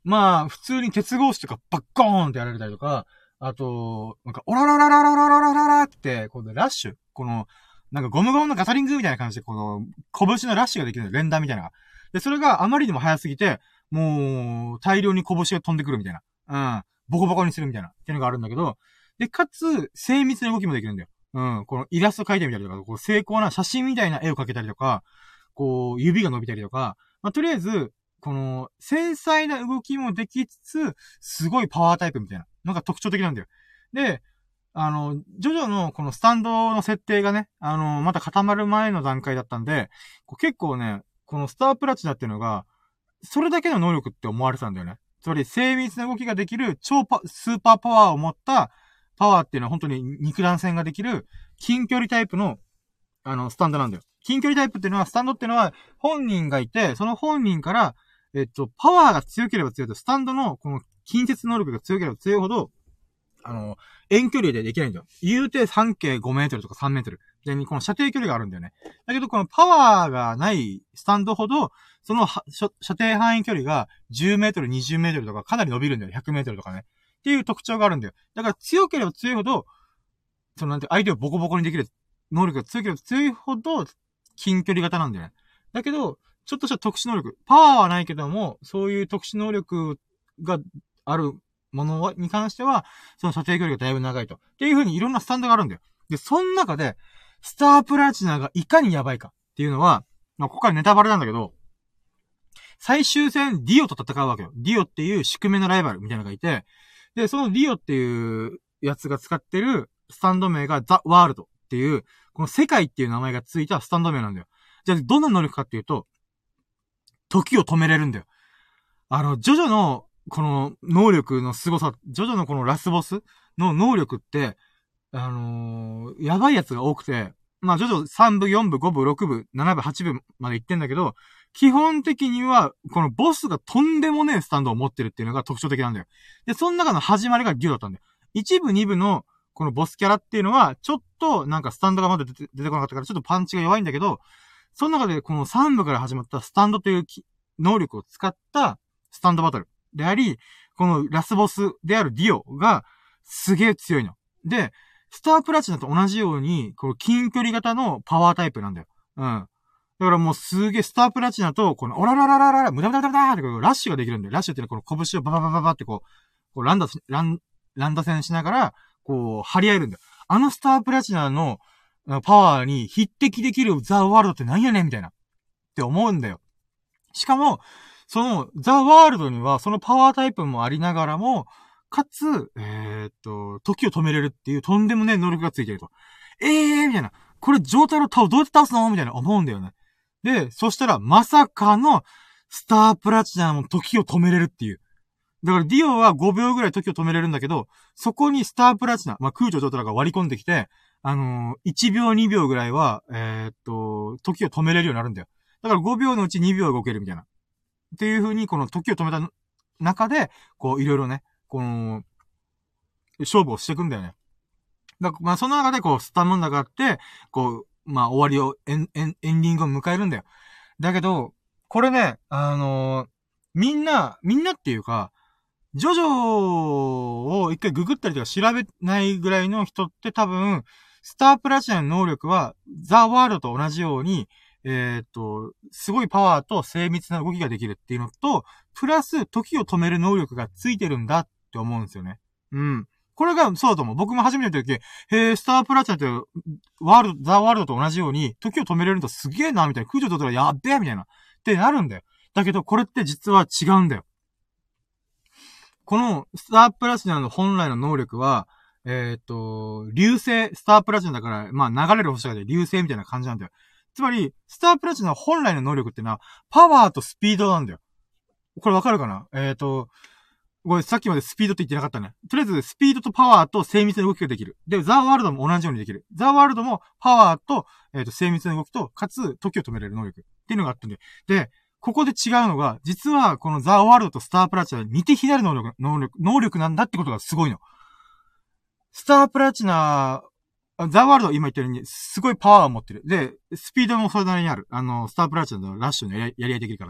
まあ、普通に鉄格子とかバッコーンってやられたりとか、あと、なんか、オララララララララララって、このラッシュ、この、なんかゴムゴムのガタリングみたいな感じで、この、拳のラッシュができるのよ。連打みたいなのが。で、それがあまりにも速すぎて、もう、大量に拳が飛んでくるみたいな。うん。ボコボコにするみたいな。っていうのがあるんだけど、で、かつ、精密な動きもできるんだよ。うん。このイラスト描いてみたりとか、こう、精巧な写真みたいな絵を描けたりとか、こう、指が伸びたりとか、まあ、とりあえず、この、繊細な動きもできつつ、すごいパワータイプみたいなのが特徴的なんだよ。で、あの、ジョジョのこのスタンドの設定がね、あの、まだ固まる前の段階だったんで、こう結構ね、このスタープラチナっていうのが、それだけの能力って思われてたんだよね。つまり精密な動きができる超パ、スーパーパワーを持ったパワーっていうのは本当に肉弾戦ができる近距離タイプの、あの、スタンドなんだよ。近距離タイプっていうのは、スタンドっていうのは本人がいて、その本人から、えっと、パワーが強ければ強いと、スタンドのこの近接能力が強ければ強いほど、あの、遠距離でできないんだよ。言うて半径ごメートルとかさんメートル。で、この射程距離があるんだよね。だけど、このパワーがないスタンドほど、その射程範囲距離がじゅうメートル、にじゅうメートルとかかなり伸びるんだよ。ひゃくメートルとかね。っていう特徴があるんだよ。だから強ければ強いほど、そのなんて、相手をボコボコにできる能力が強ければ強いほど、近距離型なんだよね。だけど、ちょっとした特殊能力。パワーはないけども、そういう特殊能力があるものに関しては、その射程距離がだいぶ長いと。っていう風にいろんなスタンドがあるんだよ。で、その中で、スタープラチナがいかにやばいかっていうのは、まあ、ここからネタバレなんだけど、最終戦、ディオと戦うわけよ。ディオっていう宿命のライバルみたいなのがいて、で、そのディオっていうやつが使ってるスタンド名がザ・ワールドっていう、この世界っていう名前がついたスタンド名なんだよ。じゃあ、どんな能力かっていうと、時を止めれるんだよ。あの、ジョジョの、この能力の凄さ、ジョジョのこのラスボスの能力って、あのー、やばいやつが多くて、まあ、ジョジョさんぶ、よんぶ、ごぶ、ろくぶ、ななぶ、はちぶまで行ってんだけど、基本的には、このボスがとんでもねえスタンドを持ってるっていうのが特徴的なんだよ。で、その中の始まりがデュオだったんだよ。いちぶ、にぶの、このボスキャラっていうのは、ちょっと、なんかスタンドがまだ出て、出てこなかったから、ちょっとパンチが弱いんだけど、その中でこのさんぶから始まったスタンドという能力を使ったスタンドバトルであり、このラスボスであるディオがすげえ強いの。で、スタープラチナと同じように、この近距離型のパワータイプなんだよ。うん。だからもうすげえスタープラチナと、このオララララララ、ムダムダムダーってこうラッシュができるんだよ。ラッシュっていうのはこの拳をバババババってこう、こうランダ、ラン、ランダ戦しながら、こう、張り合えるんだよ。あのスタープラチナのパワーに匹敵できるザ・ワールドって何やねんみたいな。って思うんだよ。しかも、そのザ・ワールドにはそのパワータイプもありながらも、かつ、えー、っと、時を止めれるっていうとんでもねえ能力がついてると。えーみたいな。これ状態のタをどうやって倒すのみたいな思うんだよね。で、そしたらまさかのスタープラチナも時を止めれるっていう。だからディオはごびょうぐらい時を止めれるんだけど、そこにスタープラチナ、まあ、空女ジョトラが割り込んできて、あのー、いちびょうにびょうぐらいは、えー、っと、時を止めれるようになるんだよ。だからごびょうのうちにびょう動けるみたいな。っていう風に、この時を止めた中で、こう、いろいろね、この、勝負をしていくんだよね。だから、まあ、その中で、こう、スタムンダがあって、こう、まあ、終わりを、エン、エン、エンディングを迎えるんだよ。だけど、これね、あのー、みんな、みんなっていうか、ジョジョを一回ググったりとか調べないぐらいの人って多分、スタープラチナの能力は、ザ・ワールドと同じように、えー、っと、すごいパワーと精密な動きができるっていうのと、プラス、時を止める能力がついてるんだって思うんですよね。うん。これがそうだと思う。僕も初めて見た時、へー、スタープラチナって、ワールド、ザ・ワールドと同じように、時を止めれるとすげえな、みたいな。空女とったらやっべえ、みたいな。ってなるんだよ。だけど、これって実は違うんだよ。この、スタープラチナの本来の能力は、えー、っと、流星、スタープラチナだから、まあ流れる星がで流星みたいな感じなんだよ。つまり、スタープラチナ本来の能力ってのは、パワーとスピードなんだよ。これわかるかな？えー、っと、これさっきまでスピードって言ってなかったね。とりあえず、スピードとパワーと精密な動きができる。で、ザ・ワールドも同じようにできる。ザ・ワールドもパワーと、えー、っと、精密な動きと、かつ、時を止めれる能力っていうのがあったんで。で、ここで違うのが、実は、このザ・ワールドとスタープラチナは似て非なる能力、能力、能力なんだってことがすごいの。スタープラチナ、ザ・ワールド今言ったように、すごいパワーを持ってる。で、スピードもそれなりにある。あの、スタープラチナのラッシュのやり、やり合いできるからね。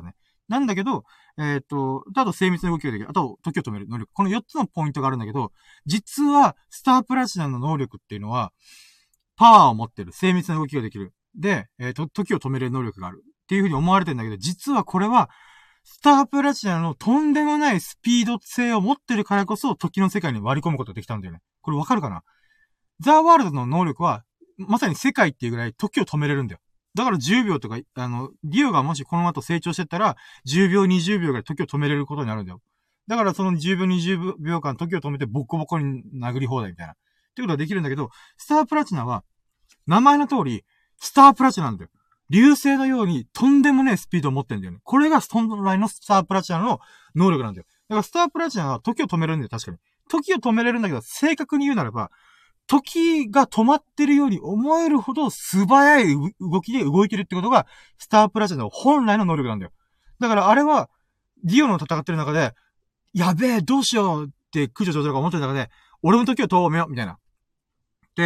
なんだけど、えっと、あと精密な動きができる。あと、時を止める能力。このよっつのポイントがあるんだけど、実は、スタープラチナの能力っていうのは、パワーを持ってる。精密な動きができる。で、えっと、時を止めれる能力がある。っていう風に思われてるんだけど、実はこれは、スタープラチナのとんでもないスピード性を持ってるからこそ、時の世界に割り込むことができたんだよね。これわかるかな？ザ・ワールドの能力は、まさに世界っていうぐらい時を止めれるんだよ。だからじゅうびょうとか、あの、ディオがもしこの後成長してったら、じゅうびょう、にじゅうびょうぐらい時を止めれることになるんだよ。だからそのじゅうびょう、にじゅうびょうかん時を止めてボコボコに殴り放題みたいな。ってことができるんだけど、スタープラチナは、名前の通り、スタープラチナなんだよ。流星のようにとんでもねえスピードを持ってんだよね。これが本来のスタープラチナの能力なんだよ。だからスタープラチナは時を止めれるんだよ、確かに。時を止めれるんだけど、正確に言うならば、時が止まってるように思えるほど素早い動きで動いてるってことが、スタープラチナの本来の能力なんだよ。だからあれは、ディオの戦ってる中で、やべえ、どうしようって駆除上手が思ってる中で、俺の時を止めよう、みたいな。って、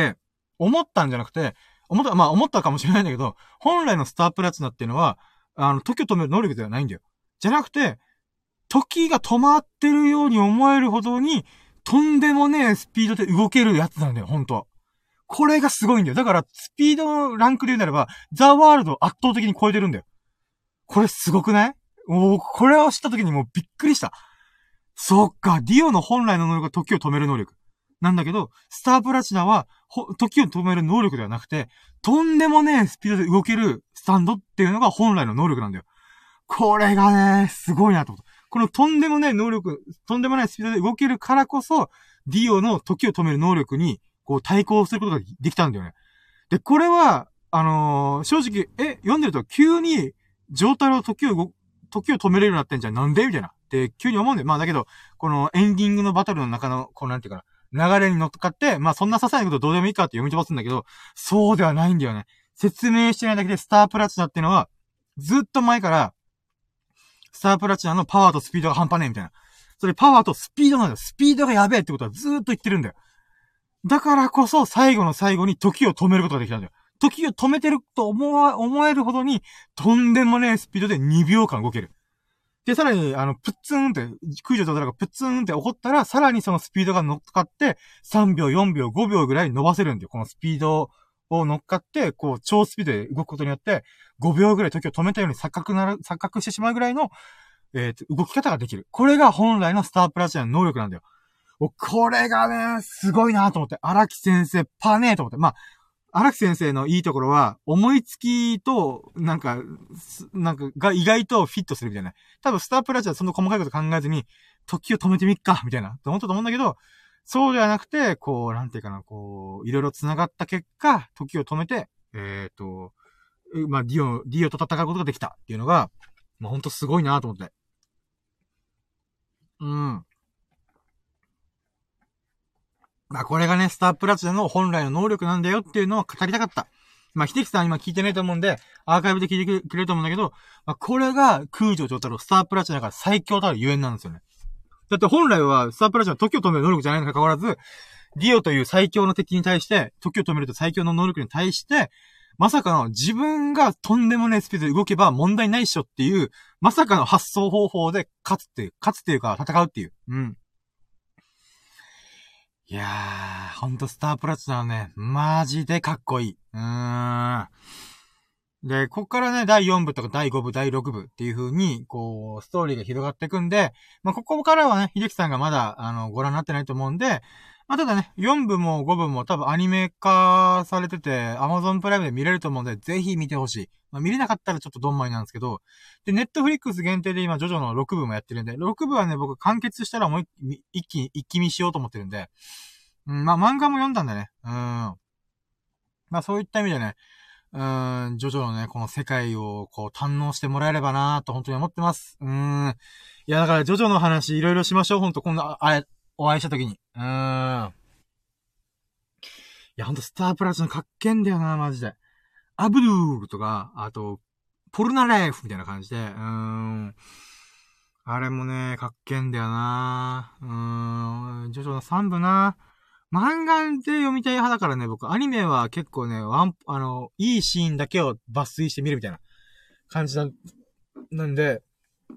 思ったんじゃなくて、思った、まあ思ったかもしれないんだけど、本来のスタープラチナっていうのは、あの、時を止める能力ではないんだよ。じゃなくて、時が止まってるように思えるほどに、とんでもねえスピードで動けるやつなんだよ、ほんと。これがすごいんだよ。だから、スピードのランクで言うならば、ザ・ワールドを圧倒的に超えてるんだよ。これすごくない？おー、これを知った時にもうびっくりした。そっか、ディオの本来の能力は時を止める能力。なんだけど、スタープラチナは、ほ、時を止める能力ではなくて、とんでもねえスピードで動けるスタンドっていうのが本来の能力なんだよ。これがね、すごいなと思った。このとんでもない能力、とんでもないスピードで動けるからこそ、ディオの時を止める能力に、こう対抗することができたんだよね。で、これは、あのー、正直、え、読んでると急に、状態の時を、時を止めれるようになってんじゃん。なんでみたいな。って急に思うんだよ。まあだけど、このエンディングのバトルの中の、こうなんていうかな、流れに乗っかって、まあそんな些細なことどうでもいいかって読み飛ばすんだけど、そうではないんだよね。説明してないだけでスタープラチナっていうのは、ずっと前から、スタープラチナのパワーとスピードが半端ねえみたいな。それパワーとスピードなんだよ。スピードがやべえってことはずーっと言ってるんだよ。だからこそ最後の最後に時を止めることができたんだよ。時を止めてると思わ、思えるほどに、とんでもねえスピードでにびょうかん動ける。で、さらに、あの、プッツンって、空女とドがプッツンって起こったら、さらにそのスピードが乗っかって、さんびょう、よんびょう、ごびょうぐらい伸ばせるんだよ。このスピードを乗っかって、こう、超スピードで動くことによって、ごびょうぐらい時を止めたように錯覚なる、錯覚してしまうぐらいの、えー、動き方ができる。これが本来のスタープラチナの能力なんだよ。これがね、すごいなと思って、荒木先生、パネーと思って。まあ、荒木先生のいいところは、思いつきと、なんか、なんか、が意外とフィットするみたいな。多分、スタープラチナはその細かいこと考えずに、時を止めてみっか、みたいな、って思ったと思うんだけど、そうではなくて、こう、なんていうかな、こう、いろいろ繋がった結果、時を止めて、えっと、まあ、ディオ、ディオと戦うことができたっていうのが、まあ、ほんとすごいなと思って。うん。まあ、これがね、スタープラチナの本来の能力なんだよっていうのを語りたかった。まあ、秀樹さん今聞いてないと思うんで、アーカイブで聞いてくれると思うんだけど、まあ、これが空女長太郎スタープラチナが最強たるゆえんなんですよね。だって本来はスタープラチナは時を止める能力じゃないにもかかわらず、ディオという最強の敵に対して、時を止めると最強の能力に対して、まさかの自分がとんでもないスピードで動けば問題ないっしょっていう、まさかの発想方法で勝つっていう、勝つっていうか戦うっていう。うん。いやー、ほんとスタープラチナはね、マジでかっこいい。うーん。で、こっからね、だいよんぶとかだいごぶ、だいろくぶっていう風に、こう、ストーリーが広がっていくんで、まあ、ここからはね、秀樹さんがまだ、あの、ご覧になってないと思うんで、まあ、ただね、よんぶもごぶも多分アニメ化されてて、Amazon プライムで見れると思うんで、ぜひ見てほしい。まあ、見れなかったらちょっとドンマイなんですけど、で、Netflix 限定で今、ジョジョのろくぶもやってるんで、ろくぶはね、僕完結したらもう一気、一気見しようと思ってるんで、うん、まあ、漫画も読んだんだね。うん。まあ、そういった意味でね、うーん、ジョジョのね、この世界をこう堪能してもらえればなーと本当に思ってます。うーん。いや、だからジョジョの話いろいろしましょう。ほんと、今度、あ、お会いした時に。うーん。いや、ほんと、スタープラチナかっけんだよな、マジで。アブドゥールとか、あと、ポルナレーフみたいな感じで、うーん。あれもね、かっけんだよなうーん。ジョジョのさんぶな漫画で読みたい派だからね、僕、アニメは結構ね、ワン、あの、いいシーンだけを抜粋して見るみたいな感じな、なんで、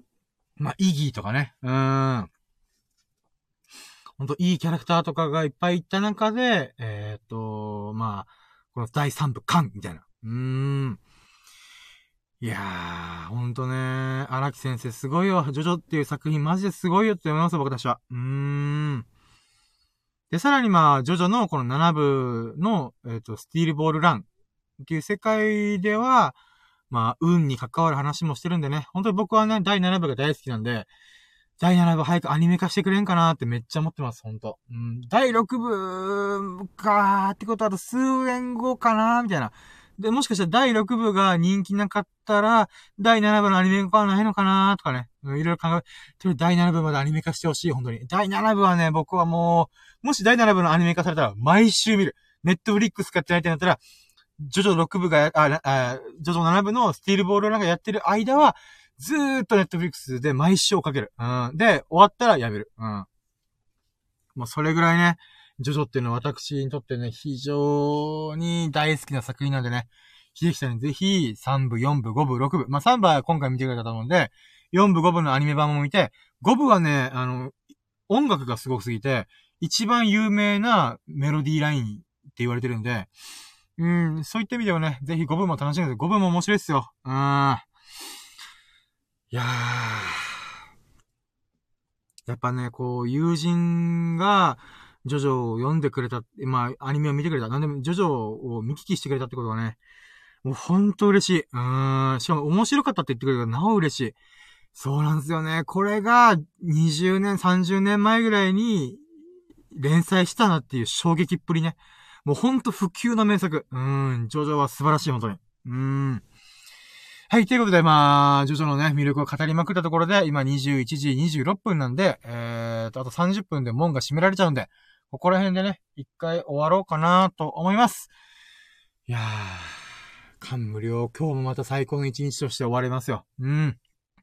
まあ、イギーとかね。うーん。ほんといいキャラクターとかがいっぱいいった中で、えっと、まあ、このだいさんぶ完みたいな。うーん。いやー、ほんとね、荒木先生すごいよ。ジョジョっていう作品マジですごいよって思いますよ、僕たちは。うーん。で、さらにまあ、ジョジョのこのなな部の、えっと、スティールボールランっていう世界では、まあ、運に関わる話もしてるんでね。本当に僕はね、だいなな部が大好きなんで、だいなな部早くアニメ化してくれんかなーってめっちゃ思ってます、ほんと。うん、だいろく部かーってことはあと数年後かなーみたいな。で、もしかしたらだいろく部が人気なかったら、だいなな部のアニメ化はないのかなーとかね。いろいろ考え、とりあえずだいなな部までアニメ化してほしい、本当に。だいなな部はね、僕はもう、もしだいなな部のアニメ化されたら、毎週見る。ネットフリックスかってないってなったら、ジョジョろく部が、あ、あ、ジョジョなな部のスティールボールランがやってる間は、ずーっとネットフリックスで毎週追っかける。うん。で、終わったらやめる。うん。もうそれぐらいね、ジョジョっていうのは私にとってね、非常に大好きな作品なんでね、秀樹さんにぜひさん部、よん部、ご部、ろく部。まあ、さん部は今回見てくれたと思うんで、よん部、ご部のアニメ版も見て、ご部はね、あの、音楽がすごくすぎて、一番有名なメロディーラインって言われてるんで、うん、そういった意味ではね、ぜひご部も楽しんで、ご部も面白いっすよ。うん。いやー。やっぱね、こう、友人が、ジョジョを読んでくれた、まあ、アニメを見てくれた、なんでも、ジョジョを見聞きしてくれたってことがね、もうほんと嬉しい。うーん。しかも面白かったって言ってくれるからなお嬉しい。そうなんですよね。これが、にじゅうねん、さんじゅうねんまえぐらいに、連載したなっていう衝撃っぷりね。もうほんと不朽の名作。うーん。ジョジョは素晴らしい、本当に。うーん。はい、ということで、まあ、ジョジョのね、魅力を語りまくったところで、今にじゅういちじにじゅうろっぷんなんで、えーと、あとさんじゅっぷんで門が閉められちゃうんで、ここら辺でね、一回終わろうかなと思います。いやー、感無量。今日もまた最高の一日として終われますよ。うん。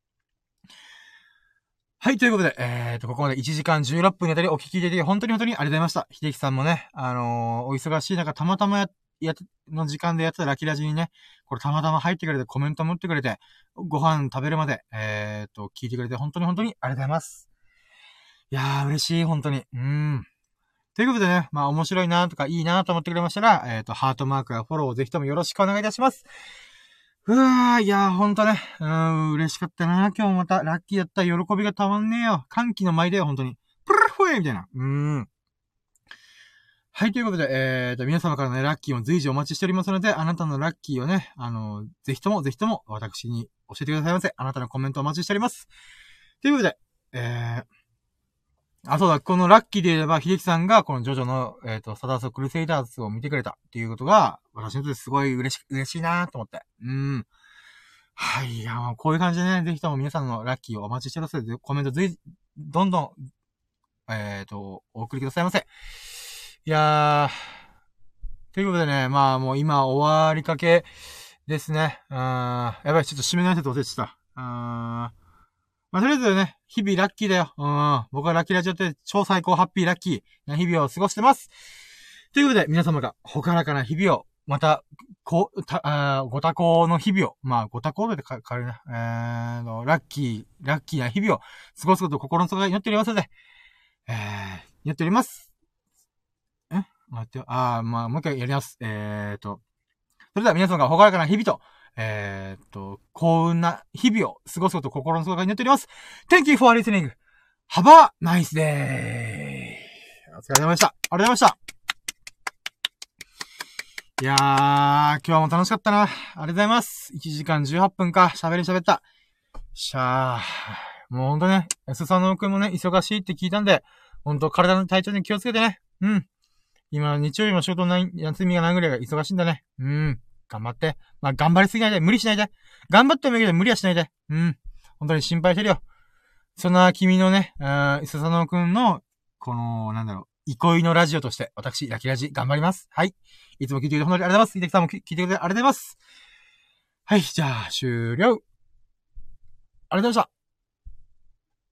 はい、ということで、えーと、ここまでいちじかんじゅうろっぷんにあたりお聞きいただき、本当に本当にありがとうございました。秀樹さんもね、あのー、お忙しい中、たまたまや、や、の時間でやってたラキラジにね、これたまたま入ってくれて、コメントも打ってくれて、ご飯食べるまで、えーと、聞いてくれて、本当に本当にありがとうございます。いやー、嬉しい、本当に。うーん。ということでね、まあ面白いなとかいいなと思ってくれましたら、えーと、ハートマークやフォローをぜひともよろしくお願いいたします。うわー、いやー、ほんとね。うーん、嬉しかったな。今日もまた、ラッキーだった。喜びがたまんねえよ。歓喜の舞だよ、ほんとに。プルルフェーみたいな。うーん。はい、ということで、えーと、皆様からのね、ラッキーも随時お待ちしておりますので、あなたのラッキーをね、あの、ぜひとも、ぜひとも、私に教えてくださいませ。あなたのコメントお待ちしております。ということで、えー、あ、そうだ、このラッキーで言えば、秀樹さんが、このジョジョの、えっ、ー、と、サダーソクルセイダーズを見てくれたっていうことが、私にとってすごい嬉し、嬉しいなと思って。うん。はい。いや、もうこういう感じでね、ぜひとも皆さんのラッキーをお待ちしてますので、コメントぜひ、どんどん、えっ、ー、と、お送りくださいませ。いやー、ということでね、まあもう今終わりかけですね。うーん、やばい、ちょっと締めないと忘れてた。うーん。まあ、とりあえずね、日々ラッキーだよ。うん。僕はラッキーラジオって超最高ハッピーラッキーな日々を過ごしてます。ということで、皆様がほからかな日々を、また、こう、た、あご多幸の日々を、まあ、ご多幸でか、かるな、えーの、ラッキー、ラッキーな日々を過ごすことを心の底が祈っておりますので、えー、祈っております。え待ってよ。あー、まあ、もう一回やります。えーと、それでは皆様がほからかな日々と、えーと、幸運な日々を過ごすことを心の底が祈っております。Thank you for listening. Have a nice day. お疲れ様でした。ありがとうございました。いやー、今日も楽しかったな。ありがとうございます。いちじかんじゅうはっぷんか。喋り喋った。しゃー。もうほんとね、Sさんのくんもね、忙しいって聞いたんで、ほんと体の体調に気をつけてね。うん。今、日曜日も仕事ない、休みがないぐらいが忙しいんだね。うん。頑張って。まあ、頑張りすぎないで、無理しないで。頑張ってもいいけど無理はしないで。うん。本当に心配してるよ。そんな君のね、あー、笹野くんの、この、なんだろう、憩いのラジオとして、私、ラキラジ、頑張ります。はい。いつも聞いてくれて本当にありがとうございます。秀樹さんも聞いてくれてありがとうございます。はい、じゃあ、終了。ありがとうございました。